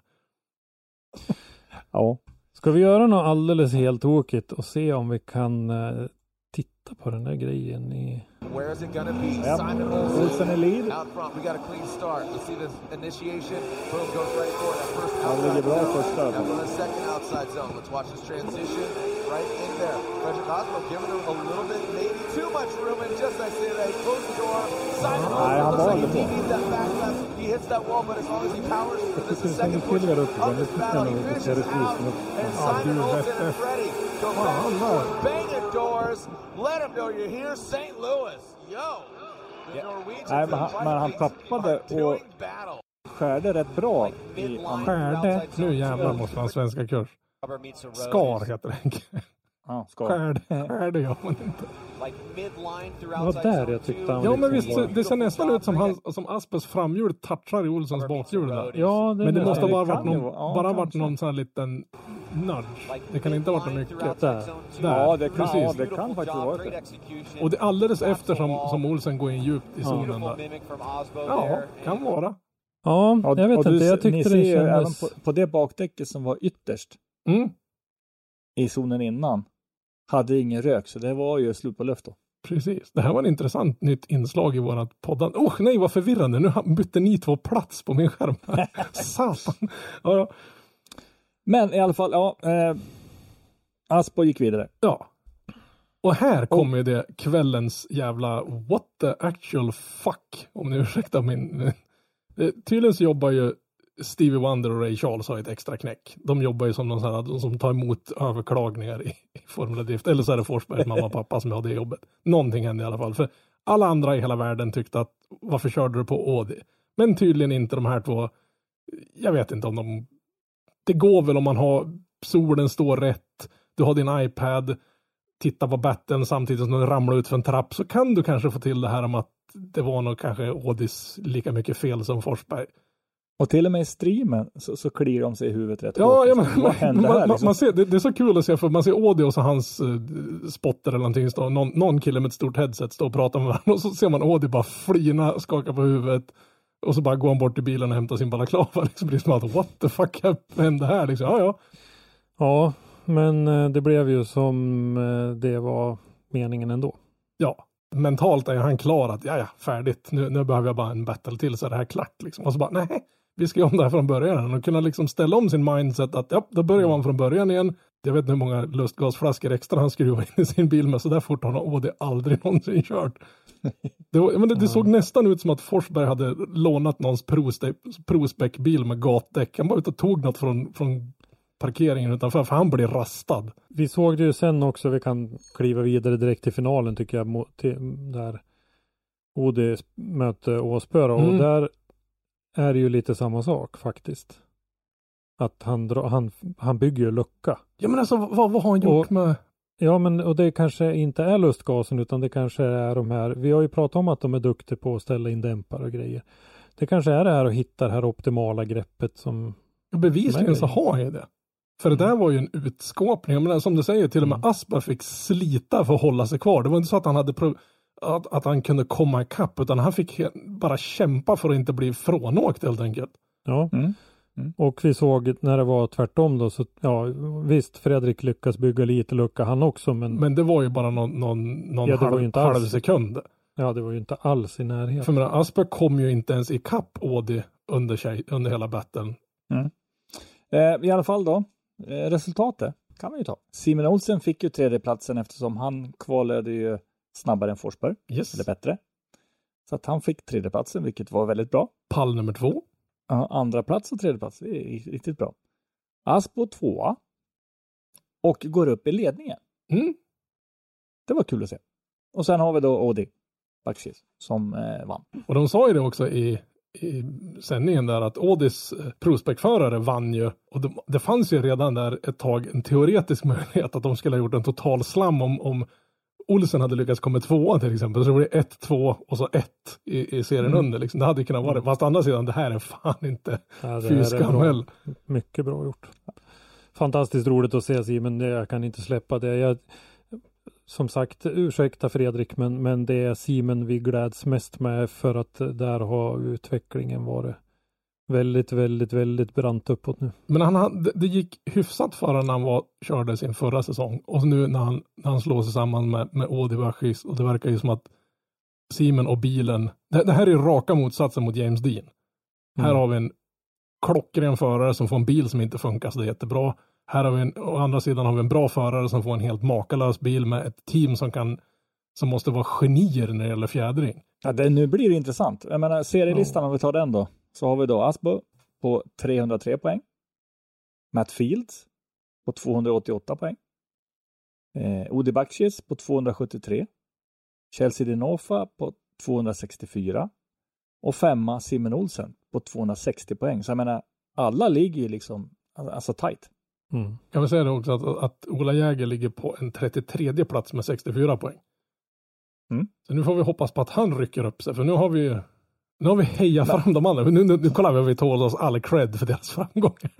Ja. Ska vi göra något alldeles helt tokigt och se om vi kan titta på den där grejen i... Where is it going to be? Yep. Simon Olsen in lead. out front. We got a clean start. Let's see this initiation. Boom, goes right for that first Han ligger bra första. Now for the second outside zone. Let's watch this transition right in there. Fredrik Osmo giving him a little bit, maybe too much room. And just as I say that, he closed the door. Simon looks like he needs that back left. He hits that wall, but as long as he powers through this is second push of this battle, he finishes out. And Simon Olsen and Freddie go back and forth. Bang it doors. Let him know you're here, St. Louis. Yo! Nej, men han tappade och skärde rätt bra i Skärde? Nu jävlar måste han svenska kurs. Skar heter det. Ja, skar. Skärde gör man inte. Det var där jag tyckte han men visst, det ser nästan ut som Aspers framhjul touchar i Olssons bakhjul där. Ja, men det måste ha varit någon sån här liten nudge. Det kan inte ha varit mycket. Där. Ja, det kan faktiskt vara det. Och det är alldeles efter som Olsen går in djupt i zonen där. Ja, kan vara. Ja, jag vet inte. Jag tyckte det kändes... Även på det bakdäcket som var ytterst i zonen innan hade ingen rök, så det var ju slut på luft då. Precis. Det här var en intressant nytt inslag i vårat poddan. Nej, vad förvirrande. Nu bytte ni två plats på min skärm. Satan. Ja. Men i alla fall, Aspo gick vidare. Ja. Och här kommer ju det kvällens jävla what the actual fuck, om ni ursäktar min... Tydligen så jobbar ju Stevie Wonder och Ray Charles har ett extra knäck. De jobbar ju som någon sån här som tar emot överklagningar i Formula Drift. Eller så är det Forsbergs mamma och pappa som har det jobbet. Någonting hände i alla fall. För alla andra i hela världen tyckte att varför körde du på Audi? Men tydligen inte de här två. Jag vet inte om de... Det går väl om man har solen står rätt. du har din iPad, titta på battlen samtidigt som den ramlar ut för en trapp, så kan du kanske få till det här om att det var nog kanske Audis lika mycket fel som Forsberg. Och till och med i streamen så kliar de sig i huvudet rätt Ja, hårt. Vad händer här liksom? Man ser, det är så kul att se, för man ser Audi och så hans spotter eller någonting, någon kille med ett stort headset står och pratar med varandra, och så ser man Audi bara flina, skaka på huvudet, och så bara går han bort till bilen och hämtar sin balaklava. Liksom, det är som att, what the fuck hände här? Liksom, Ja, men det blev ju som det var meningen ändå. Ja, mentalt är han klar att, färdigt. Nu behöver jag bara en battle till så är det här klart. Liksom. Och så bara, nej, vi ska göra om det här från början. Och kunna liksom ställa om sin mindset att, då börjar man från början igen. Jag vet inte hur många lustgasflaskor extra han skruvar in i sin bil med, så där fort har han aldrig någonsin kört. Det såg nästan ut som att Forsberg hade lånat någons Prospec-bil med gatdäck. Han var ute och tog något från parkeringen utanför, för han blev rastad. Vi såg det ju sen också, vi kan kliva vidare direkt till finalen tycker jag, där Odi mötte Åsbö, och där är det ju lite samma sak faktiskt. Att han bygger ju lucka. Ja, men alltså vad har han gjort med... Ja, men och det kanske inte är lustgasen, utan det kanske är de här, vi har ju pratat om att de är duktiga på att ställa in dämpare och grejer. Det kanske är det här att hitta det här optimala greppet som... Bevisligen så har jag det. För det där var ju en utskåpning. Men som du säger, till och med Aspa fick slita för att hålla sig kvar. Det var inte så att han hade att han kunde komma ikapp, utan han fick bara kämpa för att inte bli frånåkt helt enkelt. Ja. Och vi såg när det var tvärtom då, så visst, Fredrik lyckas bygga lite lucka han också, men det var ju bara någon halv sekund. Ja, det var ju inte alls i närheten. För Asper kom ju inte ens ikapp Audi under hela battlen. I alla fall då, resultatet kan man ju ta. Simon Olsen fick ju tredjeplatsen eftersom han kvalade ju snabbare än Forsberg. Yes. Eller bättre. Så att han fick tredjeplatsen, vilket var väldigt bra. Pall nummer 2. Andra plats och tredje plats, det är riktigt bra. Aspo 2 och går upp i ledningen. Det var kul att se. Och sen har vi då Audi Bakshis som vann. Och de sa ju det också i sändningen där, att Audis Prospec-förare vann ju. Och det fanns ju redan där ett tag en teoretisk möjlighet att de skulle ha gjort en total slam om Olsen hade lyckats komma 2 till exempel. Så det var 1, 2 och så 1 i serien under. Liksom. Det hade kunnat vara. Fast andra sidan, det här är fan inte fyskamhäll. Mycket bra gjort. Fantastiskt roligt att se Simon. Jag kan inte släppa det. Som sagt, ursäkta Fredrik, men det är Simon vi gläds mest med, för att där har utvecklingen varit väldigt, väldigt, väldigt brant uppåt nu. Men det gick hyfsat för när han körde sin förra säsong. Och nu när han slår sig samman med Audi Bakshis, och det verkar ju som att Simon och bilen, det här är raka motsatsen mot James Dean. Här har vi en klockren förare som får en bil som inte funkar, så det är jättebra. Här har vi å andra sidan har vi en bra förare som får en helt makalös bil med ett team som måste vara genier när det gäller fjädring. Ja, nu blir det intressant. Jag menar, serielistan, om vi tar den då, så har vi då Asbo på 303 poäng. Matt Fields på 288 poäng. Odi Bakshis på 273. Chelsea Dinofa på 264. Och 5 Simon Olsen på 260 poäng. Så jag menar, alla ligger ju liksom alltså tight. Jag vill säga det också att Ola Jäger ligger på en 33 plats med 64 poäng. Så nu får vi hoppas på att han rycker upp sig. För nu har vi hejat fram de andra. Nu kollar vi tål oss all cred för deras framgångar.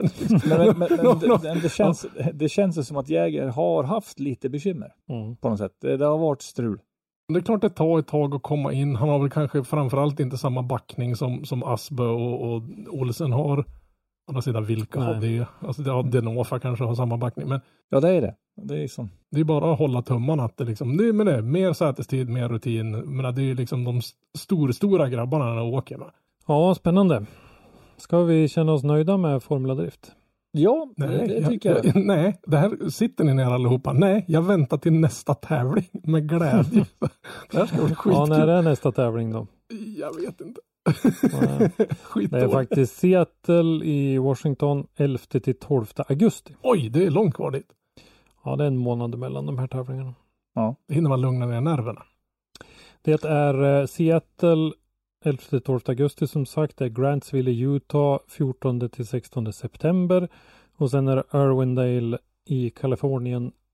Men det känns som att Jäger har haft lite bekymmer på något sätt. Det har varit strul. Det är klart det tar ett tag att komma in. Han har väl kanske framförallt inte samma backning som Asbö och Olsen har. Å andra sidan, vilka har det? Alltså Denofa kanske har samma backning. Men ja, det är det. Det är bara att hålla tummarna. Att det liksom, det är mer sätestid, mer rutin. Men det är ju liksom de stora grabbarna när åker med. Ja, spännande. Ska vi känna oss nöjda med Formula Drift? Ja, det tycker jag. Nej, det här sitter ni ner allihopa. Nej, jag väntar till nästa tävling med glädje. Det här ska bli skitkul. Ja, när är nästa tävling då? Jag vet inte. Det är faktiskt Seattle i Washington 11-12 augusti. Oj, det är långt kvar dit. Ja, det är en månad mellan de här tävlingarna. Ja, det hinner man lugna ner nerverna. Det är Seattle 11-12 augusti som sagt. Det är Grantsville i Utah 14-16 september. Och sen är det Irwindale i Kalifornien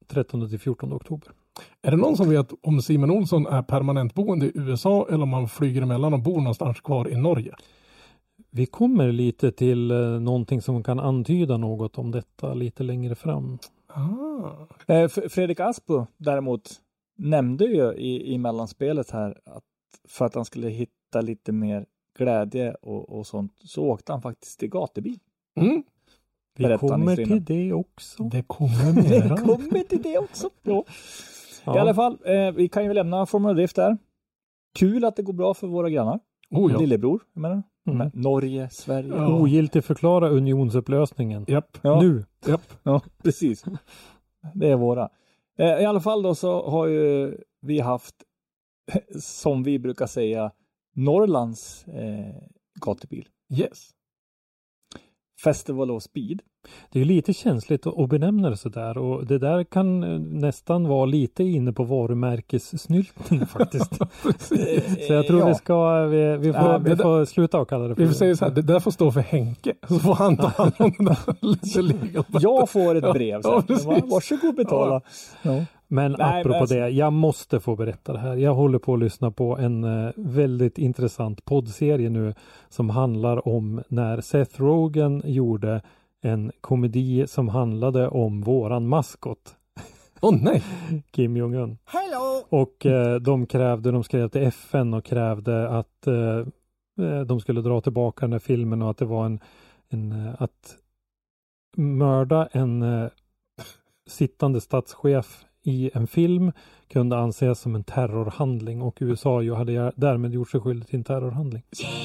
13-14 oktober. Är det någon som vet om Simon Olsson är permanentboende i USA eller om man flyger emellan och bor någonstans kvar i Norge? Vi kommer lite till någonting som kan antyda något om detta lite längre fram. Fredrik Aspo däremot nämnde ju i mellanspelet här att för att han skulle hitta lite mer glädje och sånt så åkte han faktiskt till gatubil. Vi kommer till det också. Det kommer till det också. Ja. I alla fall, vi kan ju lämna Formula Drift där. Kul att det går bra för våra grannar. Lillebror, jag menar. Norge, Sverige. Ogiltigt förklara unionsupplösningen. Japp. Ja. Nu. Japp. Ja, precis. Det är våra. I alla fall då så har ju vi haft, som vi brukar säga, Norrlands gatubil. Yes. Festival of Speed. Det är lite känsligt att benämna det sådär och det där kan nästan vara lite inne på varumärkessnyltning faktiskt. Så jag tror vi får sluta och kalla det för vi får säga så här, det där får stå för Henke. Så får han ta hand om det. Jag får ett brev sen. Varsågod betala. Ja. Men apropå det, jag måste få berätta det här. Jag håller på att lyssna på en väldigt intressant poddserie nu som handlar om när Seth Rogen gjorde en komedi som handlade om våran maskot. Nej! Kim Jong-Un. Hello! Och de skrev till FN och krävde att de skulle dra tillbaka den här filmen och att det var att mörda en sittande statschef i en film kunde anses som en terrorhandling och USA ju hade därmed gjort sig skyldig till en terrorhandling.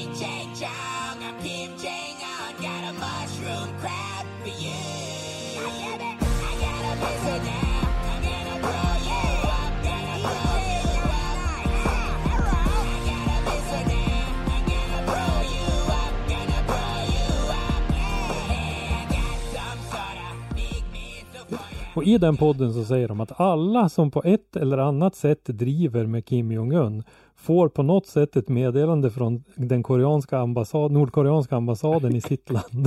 Och i den podden så säger de att alla som på ett eller annat sätt driver med Kim Jong-Un får på något sätt ett meddelande från den nordkoreanska ambassaden i sitt land.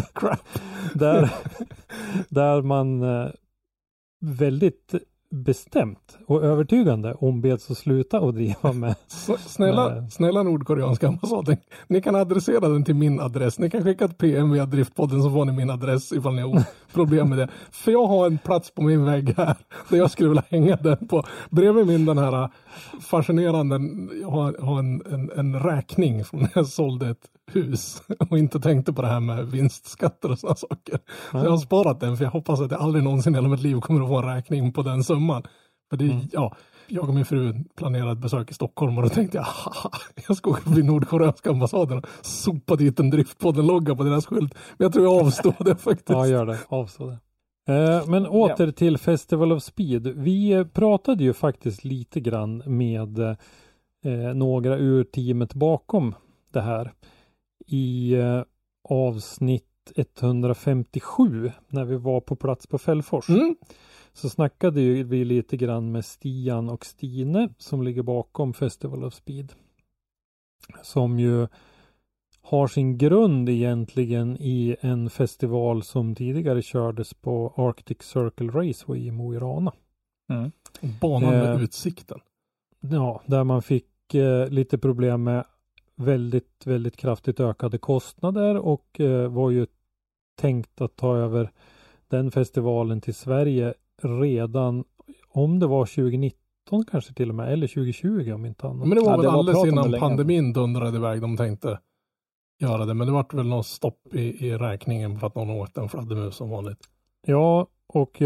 där man väldigt bestämt och övertygande ombeds att sluta och driva med. Snälla nordkoreanska ambassaden. Ni kan adressera den till min adress. Ni kan skicka ett PM via Driftpodden så får ni min adress ifall ni har problem med det. För jag har en plats på min vägg här där jag skulle vilja hänga den på. Bredvid min den här fascinerande, jag har en räkning från när jag sålde ett hus och inte tänkte på det här med vinstskatter och sådana saker. Så jag har sparat den för jag hoppas att jag aldrig någonsin i hela mitt liv kommer att få en räkning på den summan. För det, jag och min fru planerade ett besök i Stockholm och då tänkte jag ska åka vid nordkoreanska ambassaden och sopa dit en Driftpodden-logga på deras skylt. Men jag tror jag avstår det faktiskt. Ja, gör det. Avstå det. Men åter till Festival of Speed. Vi pratade ju faktiskt lite grann med några ur teamet bakom det här i avsnitt 157 när vi var på plats på Fällfors. Så snackade vi lite grann med Stian och Stine som ligger bakom Festival of Speed. Som ju har sin grund egentligen i en festival som tidigare kördes på Arctic Circle Raceway i Mo i Rana. Banan med utsikten. Ja, där man fick lite problem med väldigt, väldigt kraftigt ökade kostnader och var ju tänkt att ta över den festivalen till Sverige redan om det var 2019 kanske till och med, eller 2020 om inte annat. Men det var väl alldeles innan pandemin dundrade iväg de tänkte göra det, men det var väl något stopp i räkningen för att någon åt en fladdermus som vanligt. Ja, och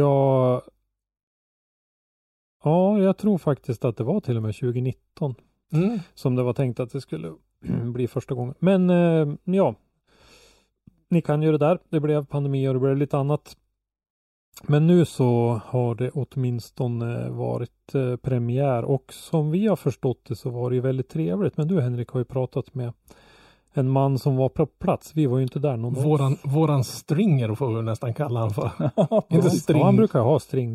jag tror faktiskt att det var till och med 2019 som det var tänkt att det skulle bli första gången. Men ni kan ju det där. Det blev pandemi och det blev lite annat. Men nu så har det åtminstone varit premiär och som vi har förstått det så var det ju väldigt trevligt. Men du Henrik har ju pratat med en man som var på plats. Vi var ju inte där någon gång. Våran stringer får vi nästan kalla han för. Inte string. Ja, han brukar ha string.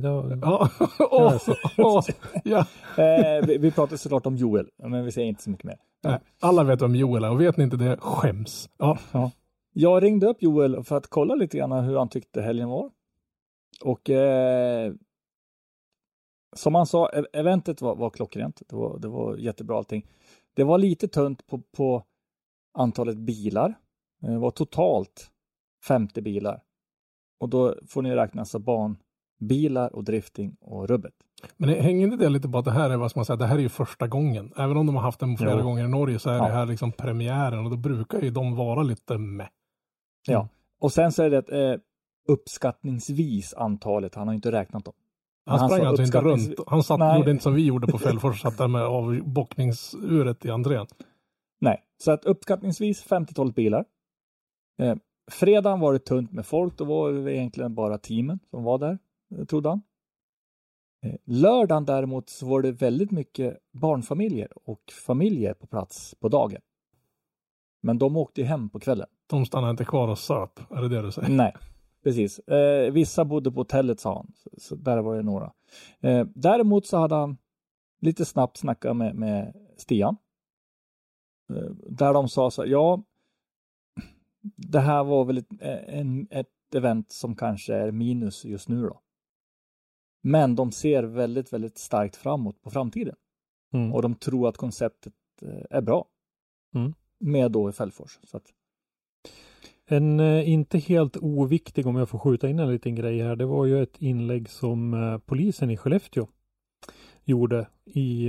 Vi pratar såklart om Joel, men vi säger inte så mycket mer. Nej, alla vet om Joel är och vet ni inte det, skäms. Ja. Jag ringde upp Joel för att kolla lite grann hur han tyckte helgen var. Och som han sa, eventet var klockrent. Det var jättebra allting. Det var lite tunt på antalet bilar. Det var totalt 50 bilar. Och då får ni räkna så banbilar och drifting och rubbet. Men det hänger inte det lite på att det här är, vad ska man säga, det här är ju första gången. Även om de har haft den flera gånger i Norge så är det här liksom premiären och då brukar ju de vara lite med. Ja, och sen så är det uppskattningsvis antalet, han har inte räknat dem. Han sprang alltså inte runt. Han gjorde inte som vi gjorde på Fällfors, satt där med avbockningsuret i entrén. Nej, så att uppskattningsvis 50-tal bilar. Fredagen var det tunt med folk, då var det egentligen bara teamen som var där, trodde han. Lördagen däremot så var det väldigt mycket barnfamiljer och familjer på plats på dagen. Men de åkte hem på kvällen. De stannade inte kvar och söp, är det du säger? Nej, precis. Vissa bodde på hotellet, sa han. Så där var det några. Däremot så hade han lite snabbt snackat med Stian. Där de sa så här, ja, det här var väl ett event som kanske är minus just nu då. Men de ser väldigt, väldigt starkt framåt på framtiden. Och de tror att konceptet är bra. Med då i Fällfors. Så att... En inte helt oviktig, om jag får skjuta in en liten grej här. Det var ju ett inlägg som polisen i Skellefteå gjorde i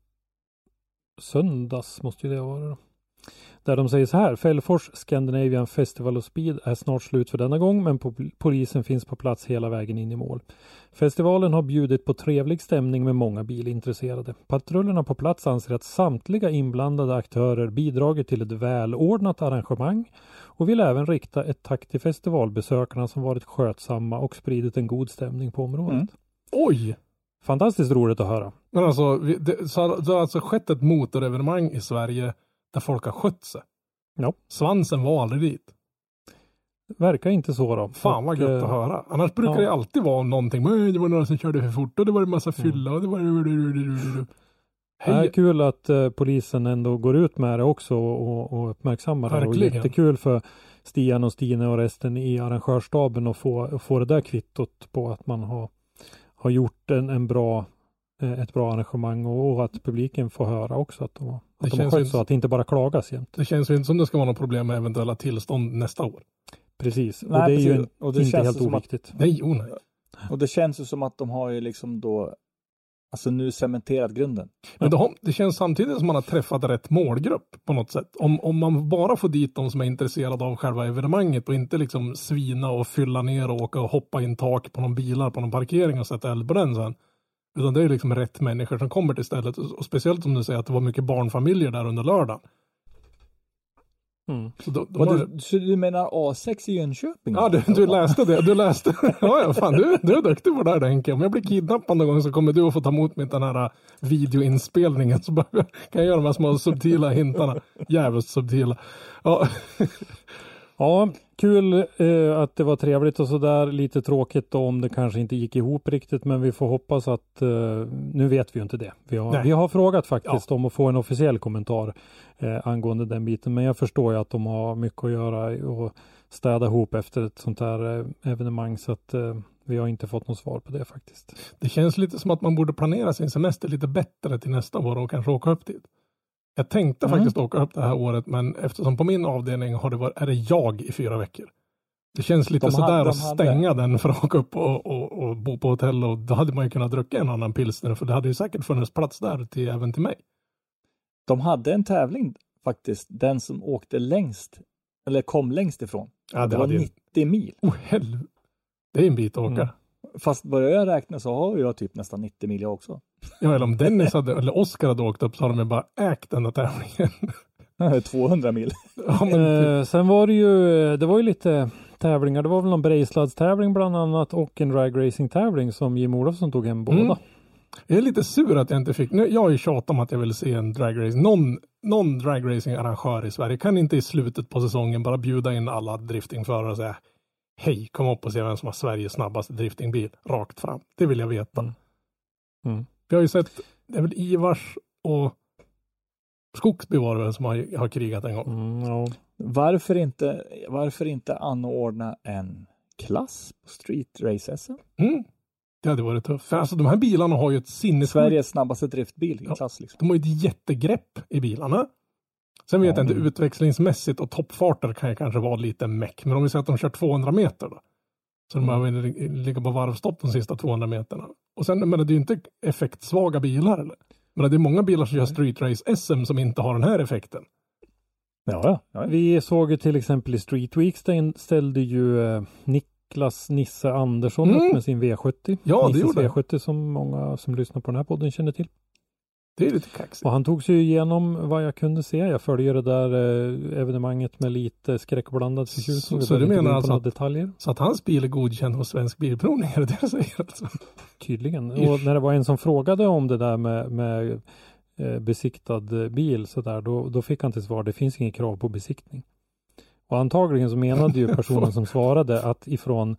söndags, måste ju det vara då. Där de säger så här: Fällfors Scandinavian Festival of Speed är snart slut för denna gång, men polisen finns på plats hela vägen in i mål. Festivalen har bjudit på trevlig stämning med många bilintresserade. Patrullerna på plats anser att samtliga inblandade aktörer bidragit till ett välordnat arrangemang och vill även rikta ett tack till festivalbesökarna som varit skötsamma och spridit en god stämning på området. Oj! Fantastiskt roligt att höra. Men alltså, det har alltså skett ett motorevenemang i Sverige där folk har skött sig. Ja. Svansen var aldrig dit. Verkar inte så då. Fan vad gött att höra. Annars brukar det alltid vara någonting. Det var några som körde för fort och det var en massa fylla och det var... Det är kul att polisen ändå går ut med det också och uppmärksammar det. Och jättekul för Stian och Stine och resten i arrangörsstaben att få det där kvittot på att man har gjort ett bra arrangemang och att publiken får höra också att de har skött så att det inte bara klagas jämt. Det känns ju inte som det ska vara något problem med eventuella tillstånd nästa år. Precis. Nej, och det är precis. ju Och det inte helt oviktigt. Nej. Och det känns ju som att de har ju liksom då alltså nu cementerat grunden. Men det känns samtidigt som man har träffat rätt målgrupp på något sätt. Om man bara får dit de som är intresserade av själva evenemanget och inte liksom svina och fylla ner och åka och hoppa in tak på någon bilar på någon parkering och sätta eld på den sen. Utan det är liksom rätt människor som kommer till stället. Och speciellt som du säger att det var mycket barnfamiljer där under lördagen. Så du menar A6 i Jönköping? Ja, du läste det. Du läste. Ja, fan, du är duktig på det här, Henke. Om jag blir kidnappad någon gång så kommer du att få ta emot mig den här videoinspelningen. Så kan jag göra de här små subtila hintarna. Jävligt subtila. Ja. Ja, kul att det var trevligt och sådär. Lite tråkigt då om det kanske inte gick ihop riktigt, men vi får hoppas att nu vet vi ju inte det. Vi har frågat faktiskt om att få en officiell kommentar angående den biten, men jag förstår ju att de har mycket att göra och städa ihop efter ett sånt här evenemang, så att vi har inte fått något svar på det faktiskt. Det känns lite som att man borde planera sin semester lite bättre till nästa år och kanske åka upp dit. Jag tänkte faktiskt åka upp det här året, men eftersom på min avdelning är det jag i 4 veckor. Det känns lite att stänga den för att åka upp och bo på hotell, och då hade man ju kunnat dricka en annan pilsner, för det hade ju säkert funnits plats där även till mig. De hade en tävling faktiskt, den som åkte längst, eller kom längst ifrån. Ja, det var 90 mil. Helvete. Det är en bit att åka. Fast börjar jag räkna så har jag typ nästan 90 mil också. Ja, eller om Dennis eller Oskar hade åkt upp så hade de bara ägt den där tävlingen. 200 mil. Ja, men sen var det var ju lite tävlingar. Det var väl någon brejsladstävling bland annat och en dragracing-tävling som Jim Olofsson tog hem båda. Jag är lite sur att jag inte fick. Jag har ju tjatat om att jag vill se en dragracing. Någon dragracing-arrangör i Sverige kan inte i slutet på säsongen bara bjuda in alla driftingförare och säga hej, kom upp och se vem som har Sveriges snabbaste driftingbil rakt fram. Det vill jag veta. Vi har ju sett, det är väl Ivars och Skogsby var det väl som har krigat en gång. Ja. Varför inte anordna en klass på Street Race SM? Det hade varit tufft. För alltså de här bilarna har ju ett sinnessjukt... Sveriges snabbaste driftbil i klass liksom. De har ju ett jättegrepp i bilarna. Sen vet jag inte, utväxlingsmässigt och toppfarter kan ju kanske vara lite meck. Men om vi säger att de kör 200 meter då. Så de behöver ligga på varvstopp de sista 200 meterna. Och sen, men det är ju inte effektsvaga bilar eller? Men det är många bilar som kör Street Race SM som inte har den här effekten. Ja. Vi såg ju till exempel i Street Week ställde ju Niklas Nisse Andersson upp med sin V70. Ja, det Nisses gjorde V70 som många som lyssnar på den här podden känner till. Det är lite kaxigt. Och han tog sig igenom vad jag kunde se. Jag följer det där evenemanget med lite skräckblandad förtjusning. Så du menar alltså detaljer. Så att hans bil är godkänd hos Svensk Bilprovning? Är det jag säger alltså? Tydligen. Och när det var en som frågade om det där med besiktad bil så där, då fick han till svar, det finns ingen krav på besiktning. Och antagligen så menade ju personen som svarade att ifrån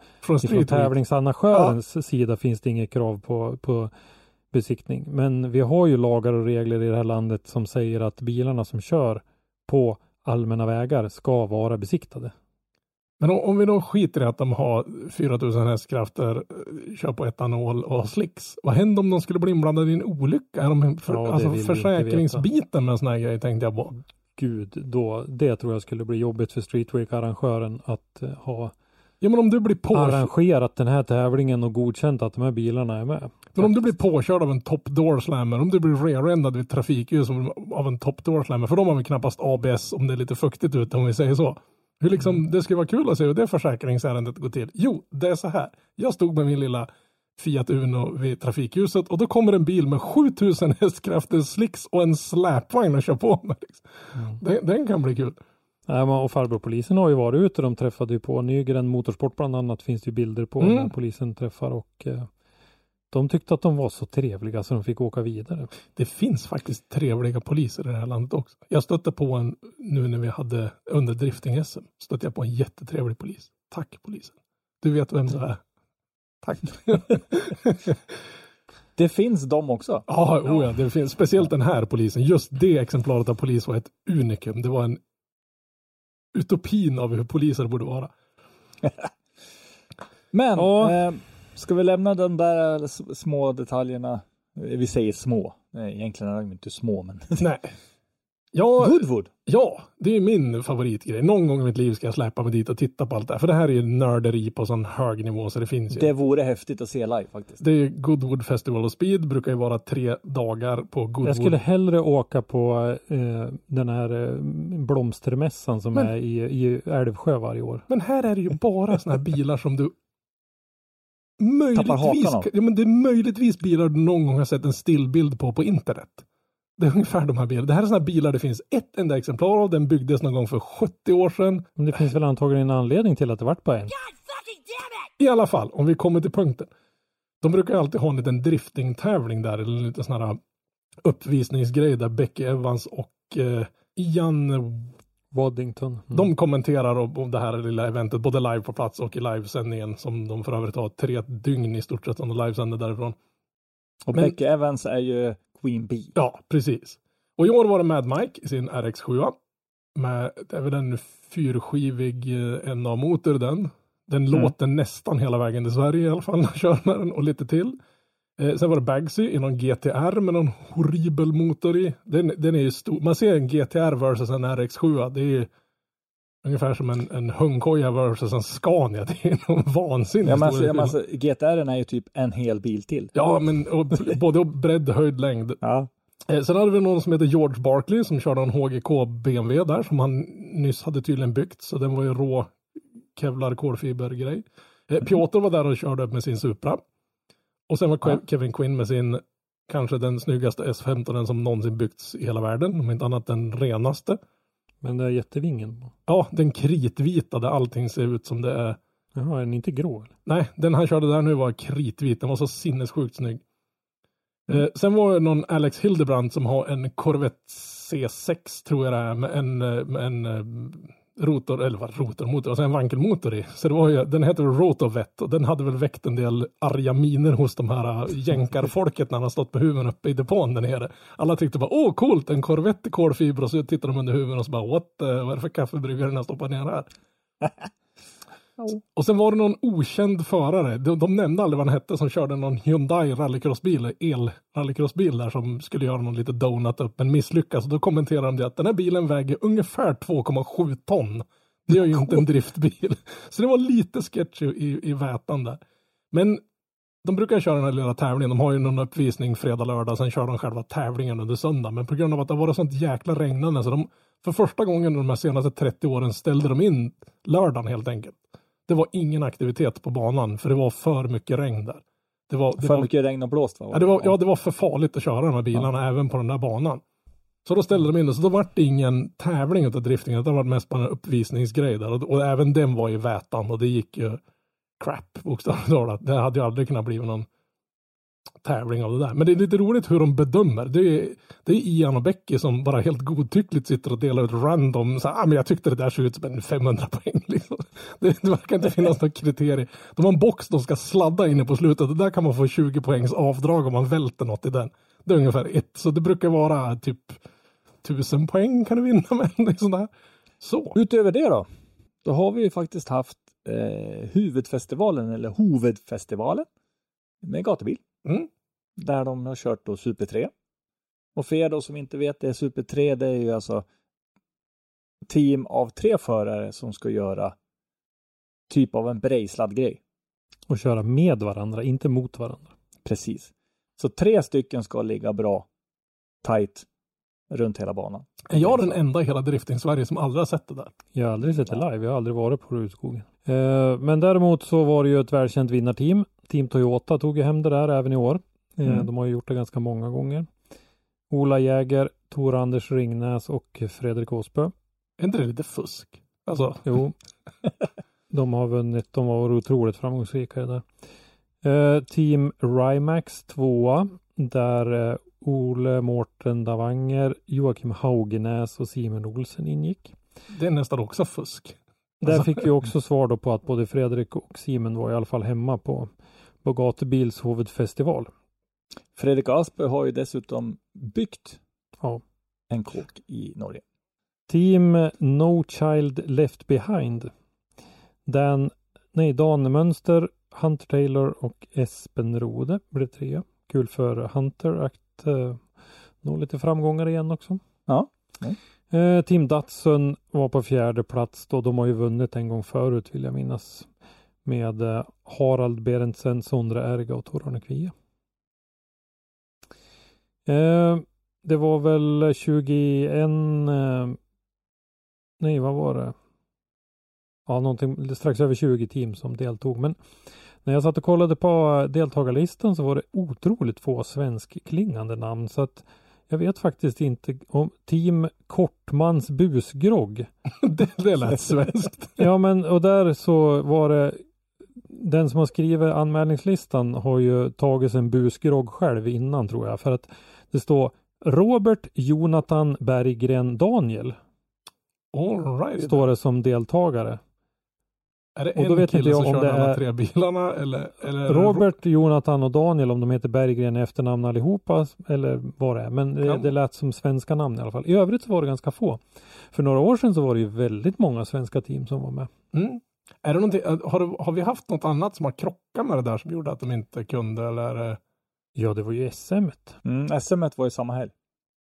tävlingsarrangörens sida finns det inget krav på besiktning. Men vi har ju lagar och regler i det här landet som säger att bilarna som kör på allmänna vägar ska vara besiktade. Men om vi då skiter i att de har 4000 hästkrafter, kör på etanol och slicks. Vad händer om de skulle bli inblandade i en olycka? Är de försäkringsbiten med en sån här grej tänkte jag på. Gud, det tror jag skulle bli jobbigt för Streetweek-arrangören att ha men om du blir arrangerat den här tävlingen och godkänt att de här bilarna är med. Men om du blir påkörd av en top door slammer, om du blir rear-endad vid trafikljus av en top door slammer, för de har vi knappast ABS om det är lite fuktigt ute om vi säger så. Hur liksom, det skulle vara kul att se hur det försäkringsärendet går till. Jo, det är så här. Jag stod med min lilla Fiat Uno vid trafikljuset och då kommer en bil med 7000 hästkrafter slicks och en släpvagn och kör på mig. Liksom. Den kan bli kul. Och farbrorpolisen har ju varit ute. De träffade ju på Nygren Motorsport bland annat. Finns det ju bilder på när polisen träffar och de tyckte att de var så trevliga så de fick åka vidare. Det finns faktiskt trevliga poliser i det här landet också. Jag stötte på en, nu när vi hade under drifting-SM, stötte jag på en jättetrevlig polis. Tack polisen. Du vet vem det är. Tack. Det finns de också. Ja, det finns. Speciellt den här polisen. Just det exemplaret av polis var ett unikum. Det var en utopin av hur poliser borde vara. Men ska vi lämna de där små detaljerna? Vi säger små. Nej, egentligen är de inte små, men... Nej. Goodwood. Ja, det är min favoritgrej. Någon gång i mitt liv ska jag släppa mig dit och titta på allt det här. För det här är ju nörderi på sån hög nivå så det finns ju. Det vore häftigt att se live faktiskt. Det är Goodwood Festival of Speed. Brukar ju vara 3 dagar på Goodwood. Jag skulle hellre åka på den här blomstermässan som är i Älvsjö varje år. Men här är det ju bara såna här bilar som du möjligtvis bilar du någon gång har sett en stillbild på internet. Det är ungefär de här bilarna. Det här är såna här bilar det finns ett enda exemplar av. Den byggdes någon gång för 70 år sedan. Men det finns väl antagligen en anledning till att det vart på en. I alla fall, om vi kommer till punkten. De brukar alltid ha en liten drifting-tävling där. Eller en liten sån här uppvisningsgrej där Becky Evans och Ian Waddington. De kommenterar om det här lilla eventet. Både live på plats och i livesändningen. Som de för övrigt har 3 dygn i stort sett som de livesänder därifrån. Och Becky Evans är ju Queen Bee. Ja, precis. Och i år var det Mad Mike i sin RX7. Med även en 4-skivig NA-motor Den låter nästan hela vägen till Sverige i alla fall när jag kör med den och lite till. Sen var det Bagsy i någon GTR med någon horribel motor i. Den är ju stor. Man ser en GTR versus en RX7. Det är ju ungefär som en Hungkoja versus en Scania. Det är någon vansinnig alltså, GTR är ju typ en hel bil till. Ja, men både bredd, höjd, längd. Ja. Sen hade vi någon som heter George Barkley som körde en HGK BMW där som han nyss hade tydligen byggt. Så den var ju rå kevlar kolfibergrej. Piotr var där och körde upp med sin Supra. Och sen var Kevin Quinn med sin kanske den snyggaste S15 som någonsin byggts i hela världen. Om inte annat den renaste. Men det är jättevingen. Ja, den kritvita där allting ser ut som det är. Jaha, är den inte grå? Eller? Nej, den han körde där nu var kritvit. Den var så sinnessjukt snygg. Sen var det någon Alex Hildebrandt som har en Corvette C6 tror jag det är. Med en rotormotor och sen en vankelmotor i. Så det var ju, den heter Rotovett och den hade väl väckt en del arga miner hos de här jänkarfolket när han har stått med huven uppe i depån där nere. Alla tyckte bara, coolt, en Corvette i kolfiber och så tittar de under huven och så bara, vad är det för kaffebryggare den har stoppat ner här? Och sen var det någon okänd förare. De nämnde aldrig vad han hette som körde någon Hyundai rallycrossbil, el-rallycrossbil där som skulle göra någon lite donut upp men misslyckas. Och då kommenterade de det att den här bilen väger ungefär 2,7 ton. Det är ju inte en driftbil. Så det var lite sketchy i vätan där. Men de brukar köra den här lilla tävlingen. De har ju någon uppvisning fredag, lördag. Sen kör de själva tävlingen under söndag. Men på grund av att det var sånt jäkla regnande så för första gången de här senaste 30 åren ställde de in lördagen helt enkelt. Det var ingen aktivitet på banan för det var för mycket regn där. Det var mycket regn och blåst va? Det var för farligt att köra de här bilarna även på den där banan. Så då ställde de in det. Så då var det ingen tävling utav driftingen. Det var mest bara en uppvisningsgrej där. Och även den var i vätan och det gick ju crap bokstavligt talat. Det hade ju aldrig kunnat bli någon tävling av det där. Men det är lite roligt hur de bedömer. Det är Ian och Becky som bara helt godtyckligt sitter och delar ut random. Men jag tyckte det där såg ut som en 500 poäng. Liksom. Det verkar inte finnas något kriterier. De har en box de ska sladda in på slutet. Och där kan man få 20 poängs avdrag om man välter något i den. Det är ungefär 1. Så det brukar vara typ 1000 poäng kan du vinna med. Sånt där. Så. Utöver det då har vi ju faktiskt haft huvudfestivalen eller Hovedfestivalen med gatubil. Där de har kört då Super 3. Och för er då som inte vet det, Super 3 det är ju alltså team av 3 förare som ska göra typ av en brejslad grej. Och köra med varandra, inte mot varandra. Precis. Så 3 stycken ska ligga bra tight runt hela banan. Är jag den enda i hela drifting Sverige som aldrig har sett det där? Jag har aldrig sett det live, jag har aldrig varit på Rudskogen. Men däremot så var det ju ett välkänt vinnarteam. Team Toyota tog ju hem det där även i år. De har ju gjort det ganska många gånger. Ola Jäger, Tor Anders Ringnäs och Fredrik Åsbö. Är inte det lite fusk? Alltså. Jo. De har vunnit, de var otroligt framgångsrika där. Team Rimax 2 där Ole Mårten Davanger, Joakim Haugenäs och Simon Olsen ingick. Det är nästan också fusk. Där fick vi också svar då på att både Fredrik och Simon var i alla fall hemma på Gatubils Hovedfestival. Fredrik Aspe har ju dessutom byggt en kåk i Norge. Team No Child Left Behind. Dan Mönster, Hunter Taylor och Espen Rode blev 3. Kul för Hunter att nå lite framgångar igen också. Ja. Team Datsun var på 4:e plats då. De har ju vunnit en gång förut vill jag minnas. Med Harald Berentsen, Sondre Erga och Torarne Kvia. Det var väl 21 vad var det? Ja, någonting strax över 20 team som deltog. Men när jag satt och kollade på deltagarlistan så var det otroligt få svenskklingande namn. Så att jag vet faktiskt inte om Team Kortmans busgrogg. det lät svenskt. Ja, men och där så var det den som har skrivit anmälningslistan har ju tagit en busgrogg själv innan tror jag. För att det står Robert Jonathan Berggren Daniel. All right. Står det som deltagare. Är det en kille som kör alla 3 bilarna? Eller Robert, Jonathan och Daniel om de heter Berggren i efternamn allihopa eller vad det är. Men det lät som svenska namn i alla fall. I övrigt så var det ganska få. För några år sedan så var det ju väldigt många svenska team som var med. Är det någonting, har vi haft något annat som har krockat med det där som gjorde att de inte kunde? Eller? Ja, det var ju SM-et. SM-et var ju samma helg.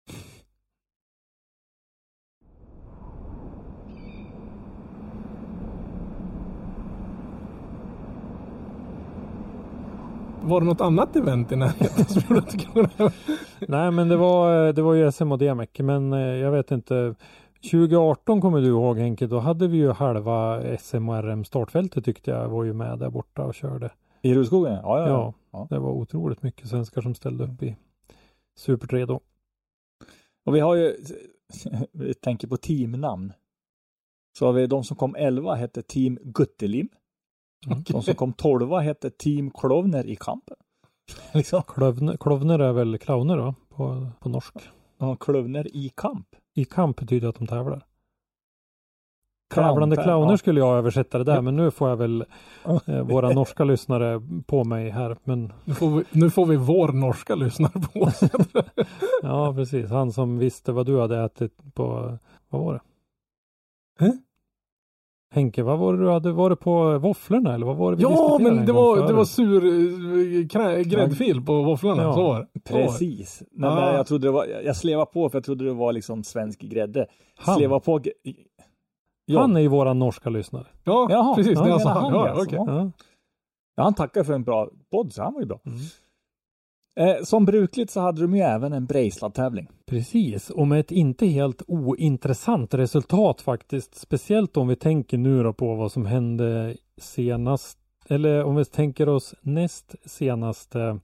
Var det något annat event i närheten som gjorde att du kunde? Nej, men det var ju SM och DMEC. Men jag vet inte. 2018 kommer du ihåg Henke, då hade vi ju halva SM och RM startfältet tyckte jag var ju med där borta och körde. I Rudskogen? Ja, det var otroligt mycket svenskar som ställde upp i Super 3 då. Och vi har ju, vi tänker på teamnamn. Så har vi de som kom 11 hette Team Guttelim. Okay. De som kom 12 hette Team Klovner i kampen. Liksom. Klovner är väl clowner då på norsk? Ja, Klovner i kamp. I kamp betyder att de tävlar. Tävlande clowner skulle jag översätta det där, men nu får jag väl våra norska lyssnare på mig här. Men... Nu får vi vår norska lyssnare på oss. Ja, precis. Han som visste vad du hade ätit på, vad var det? Henke, vad var det du hade varit på våfflorna eller vad var det vi Ja, diskuterade men det var sur gräddfil på våfflorna. Ja, så var det. Precis. Nej, men jag trodde det var, jag slevar på för jag trodde det var liksom svensk grädde. Sleva på. Ja. Han är ju våran norska lyssnare. Ja, Jaha, precis. ja, Det är han, ja, alltså. okej. Ja. Ja, han tackar för en bra podd, så han var ju bra. Som brukligt så hade de ju även en Brejslad-tävling. Precis, och med ett inte helt ointressant resultat faktiskt. Speciellt om vi tänker nu då på vad som hände senast. Eller om vi tänker oss näst senaste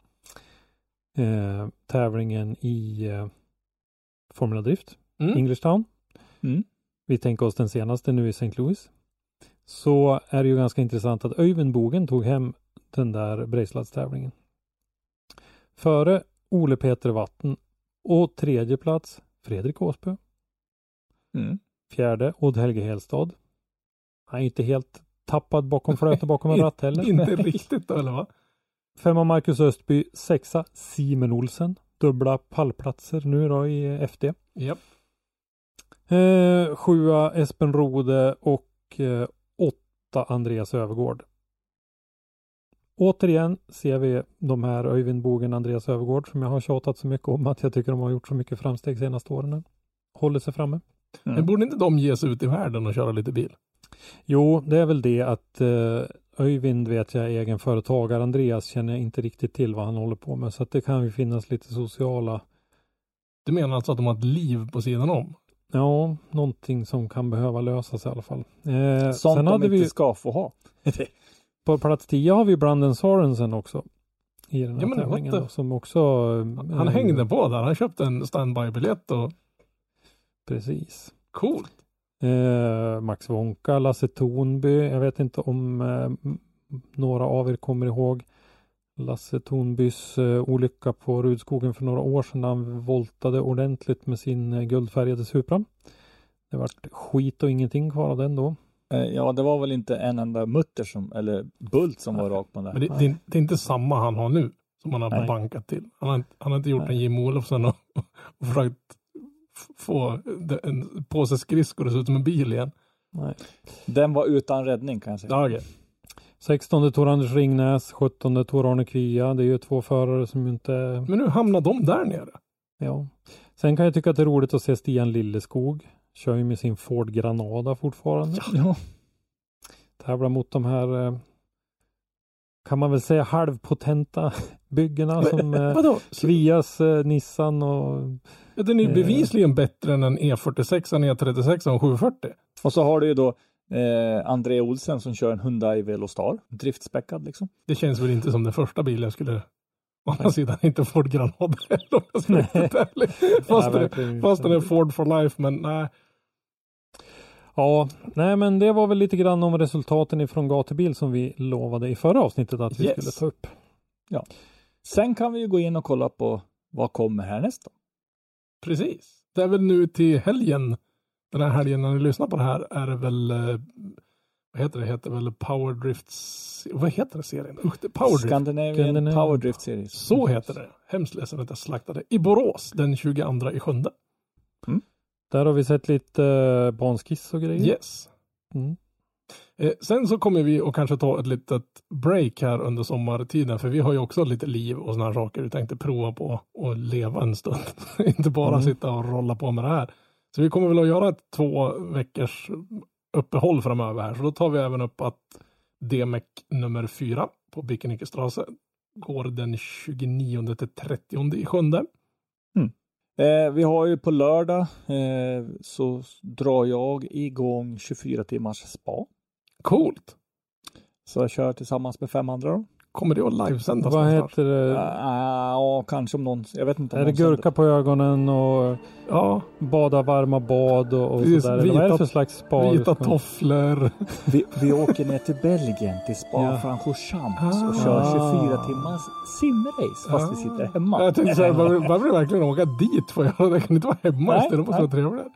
tävlingen i Formula Drift. English Town. Vi tänker oss den senaste nu i St. Louis. Så är det ju ganska intressant att Öyvind Bogen tog hem den där Brejsladstävlingen. Före Ole Peter Vatten och tredje plats Fredrik Åsbö. Fjärde Odd Helge Helstad. Han är inte helt tappad bakom flötet bakom en ratt heller. Inte riktigt då, eller va? Femma Marcus Östby, sexa Simon Olsen. Dubbla pallplatser nu då i FD. Japp. Sjua Espen Rode och åtta Andreas Övergård. Återigen ser vi de här Öyvind Bogen, Andreas Övergård som jag har tjatat så mycket om att jag tycker de har gjort så mycket framsteg senaste åren. Håller sig framme. Men borde inte de ge sig ut i världen och köra lite bil? Jo, det är väl det att Öyvind vet jag är egenföretagare. Andreas känner jag inte riktigt till vad han håller på med. Så att det kan ju finnas lite sociala... Du menar alltså att de har ett liv på sidan om? Ja, någonting som kan behöva lösas i alla fall. Sånt sen de hade inte vi... ska få ha. På plats 10 har vi Brandon Sorensen också. I den här men tävlingen. what Då, som också... Han hängde på där. Han köpte en standby-biljett och... Precis. Coolt. Max Wonka, Lasse Thornby. Jag vet inte om några av er kommer ihåg Lasse Thornbys olycka på Rudskogen för några år sedan när han voltade ordentligt med sin guldfärgade Supra. Det var skit och ingenting kvar av den då. Ja, det var väl inte en enda mutter som, eller bult som var rakt på den där. Men det är inte samma han har nu som han har bankat till. Han har inte gjort en Jim Olofsson och försökt få en påse skridskor och se ut som en bil igen. Nej. Den var utan räddning kan jag säga. Ja, okay. 16 Tor Anders Ringnäs, 17 Tor Arne Kvia. Det är ju två förare som inte... Men nu hamnar de där nere. Ja. Sen kan jag tycka att det är roligt att se Stian Lilleskog. Kör ju med sin Ford Granada fortfarande. Ja. Tävlar mot de här kan man väl säga halvpotenta byggena som Kvias, Nissan och... Ja, den är bevisligen bättre än en E46, en E36 och en 740. Och så har du ju då André Olsen som kör en Hyundai Velostar. Driftspäckad liksom. Det känns väl inte som den första bilen jag skulle... Å andra sidan inte Ford Granada. Fast den är Ford for life, men nej. Ja, nej men det var väl lite grann om resultaten ifrån gatubil som vi lovade i förra avsnittet att vi skulle ta upp. Ja. Sen kan vi ju gå in och kolla på vad kommer härnäst då. Precis. Det är väl nu till helgen. Den här helgen när ni lyssnar på det här är det väl vad heter det? Heter väl Power Drifts... Vad heter det serien? Power Drift. Scandinavian Power Drift Series. Så heter det. Hemskt ledsen att jag slaktade. I Borås den 22/7. Där har vi sett lite banskiss och grejer. Yes. Sen så kommer vi att kanske ta ett litet break här under sommartiden. För vi har ju också lite liv och såna här saker vi tänkte prova på och leva en stund. Inte bara sitta och rolla på med det här. Så vi kommer väl att göra 2 veckors uppehåll framöver här. Så då tar vi även upp att DMEC nummer 4 på Bickenyckestrasse går den 29-30/7. Vi har ju på lördag så drar jag igång 24 timmars spa. Coolt! Så jag kör tillsammans med 5 andra då. Kommer det att livesändas? Vad heter det? Ja, kanske om någon, jag vet inte om är det gurka på ögonen och bada varma bad och sådär? Eller vad är det för slags spa? Vita tofflor. Vi åker ner till Belgien till Spa-Francorchamps och kör 24 timmars simrace fast vi sitter hemma. Jag tänkte såhär, man vill verkligen åka dit för att göra det. Kan inte vara hemma istället. Det måste vara trevligt.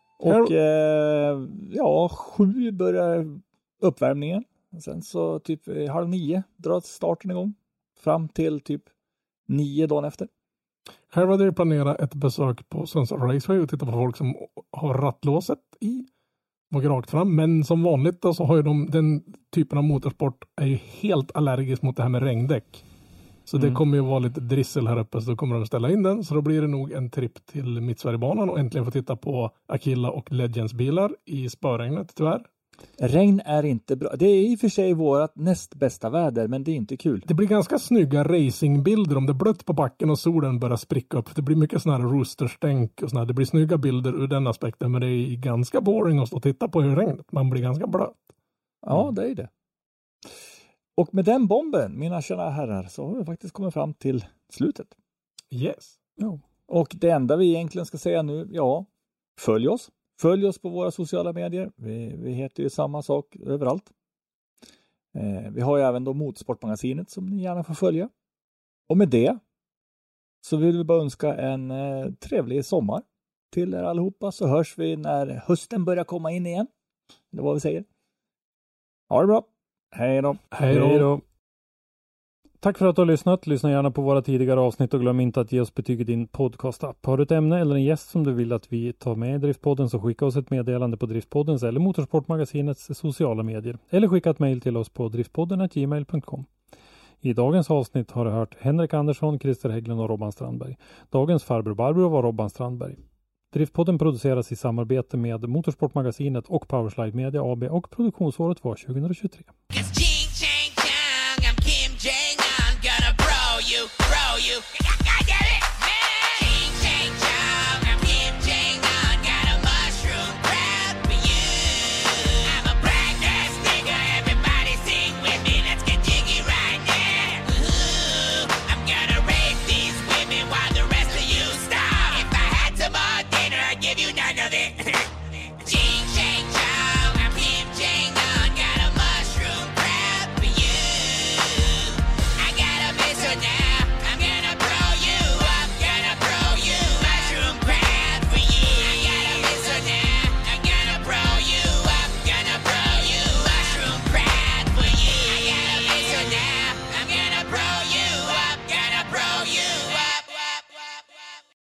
Och 7 börjar uppvärmningen. Sen så typ 8:30 drar starten igång. Fram till typ 9 dagen efter. Här var det planerat ett besök på Sundsvall Raceway och titta på folk som har rattlåset i. och rakt fram. Men som vanligt då, så har ju den typen av motorsport är ju helt allergisk mot det här med regndäck. Så det kommer ju vara lite drissel här uppe, så då kommer de ställa in den. Så då blir det nog en tripp till Mittsverigebanan och äntligen få titta på Aquila och Legends bilar i spöregnet, tyvärr. Regn är inte bra. Det är i och för sig vårt näst bästa väder, men det är inte kul. Det blir ganska snygga racingbilder om det är blött på backen och solen börjar spricka upp. Det blir mycket sådana här roosterstänk och sådana. Det blir snygga bilder ur den aspekten, men det är ganska boring att stå och titta på i regnet. Man blir ganska blöt. Ja, det är det. Och med den bomben, mina kära herrar, så har vi faktiskt kommit fram till slutet. Yes. Ja. Och det enda vi egentligen ska säga nu, följ oss. Följ oss på våra sociala medier. Vi heter ju samma sak överallt. Vi har ju även då Motorsportmagasinet som ni gärna får följa. Och med det så vill vi bara önska en trevlig sommar till er allihopa, så hörs vi när hösten börjar komma in igen. Det är vad vi säger. Ha det bra. Hej då. Hej då. Tack för att du har lyssnat. Lyssna gärna på våra tidigare avsnitt och glöm inte att ge oss betyg i din podcast-app. Har du ett ämne eller en gäst som du vill att vi tar med i Driftpodden, så skicka oss ett meddelande på Driftpoddens eller Motorsportmagasinets sociala medier. Eller skicka ett mejl till oss på driftpodden@gmail.com. I dagens avsnitt har du hört Henrik Andersson, Christer Hägglund och Robban Strandberg. Dagens farbror Barbro var Robban Strandberg. Driftpodden produceras i samarbete med Motorsportmagasinet och Powerslide Media AB och produktionsåret var 2023.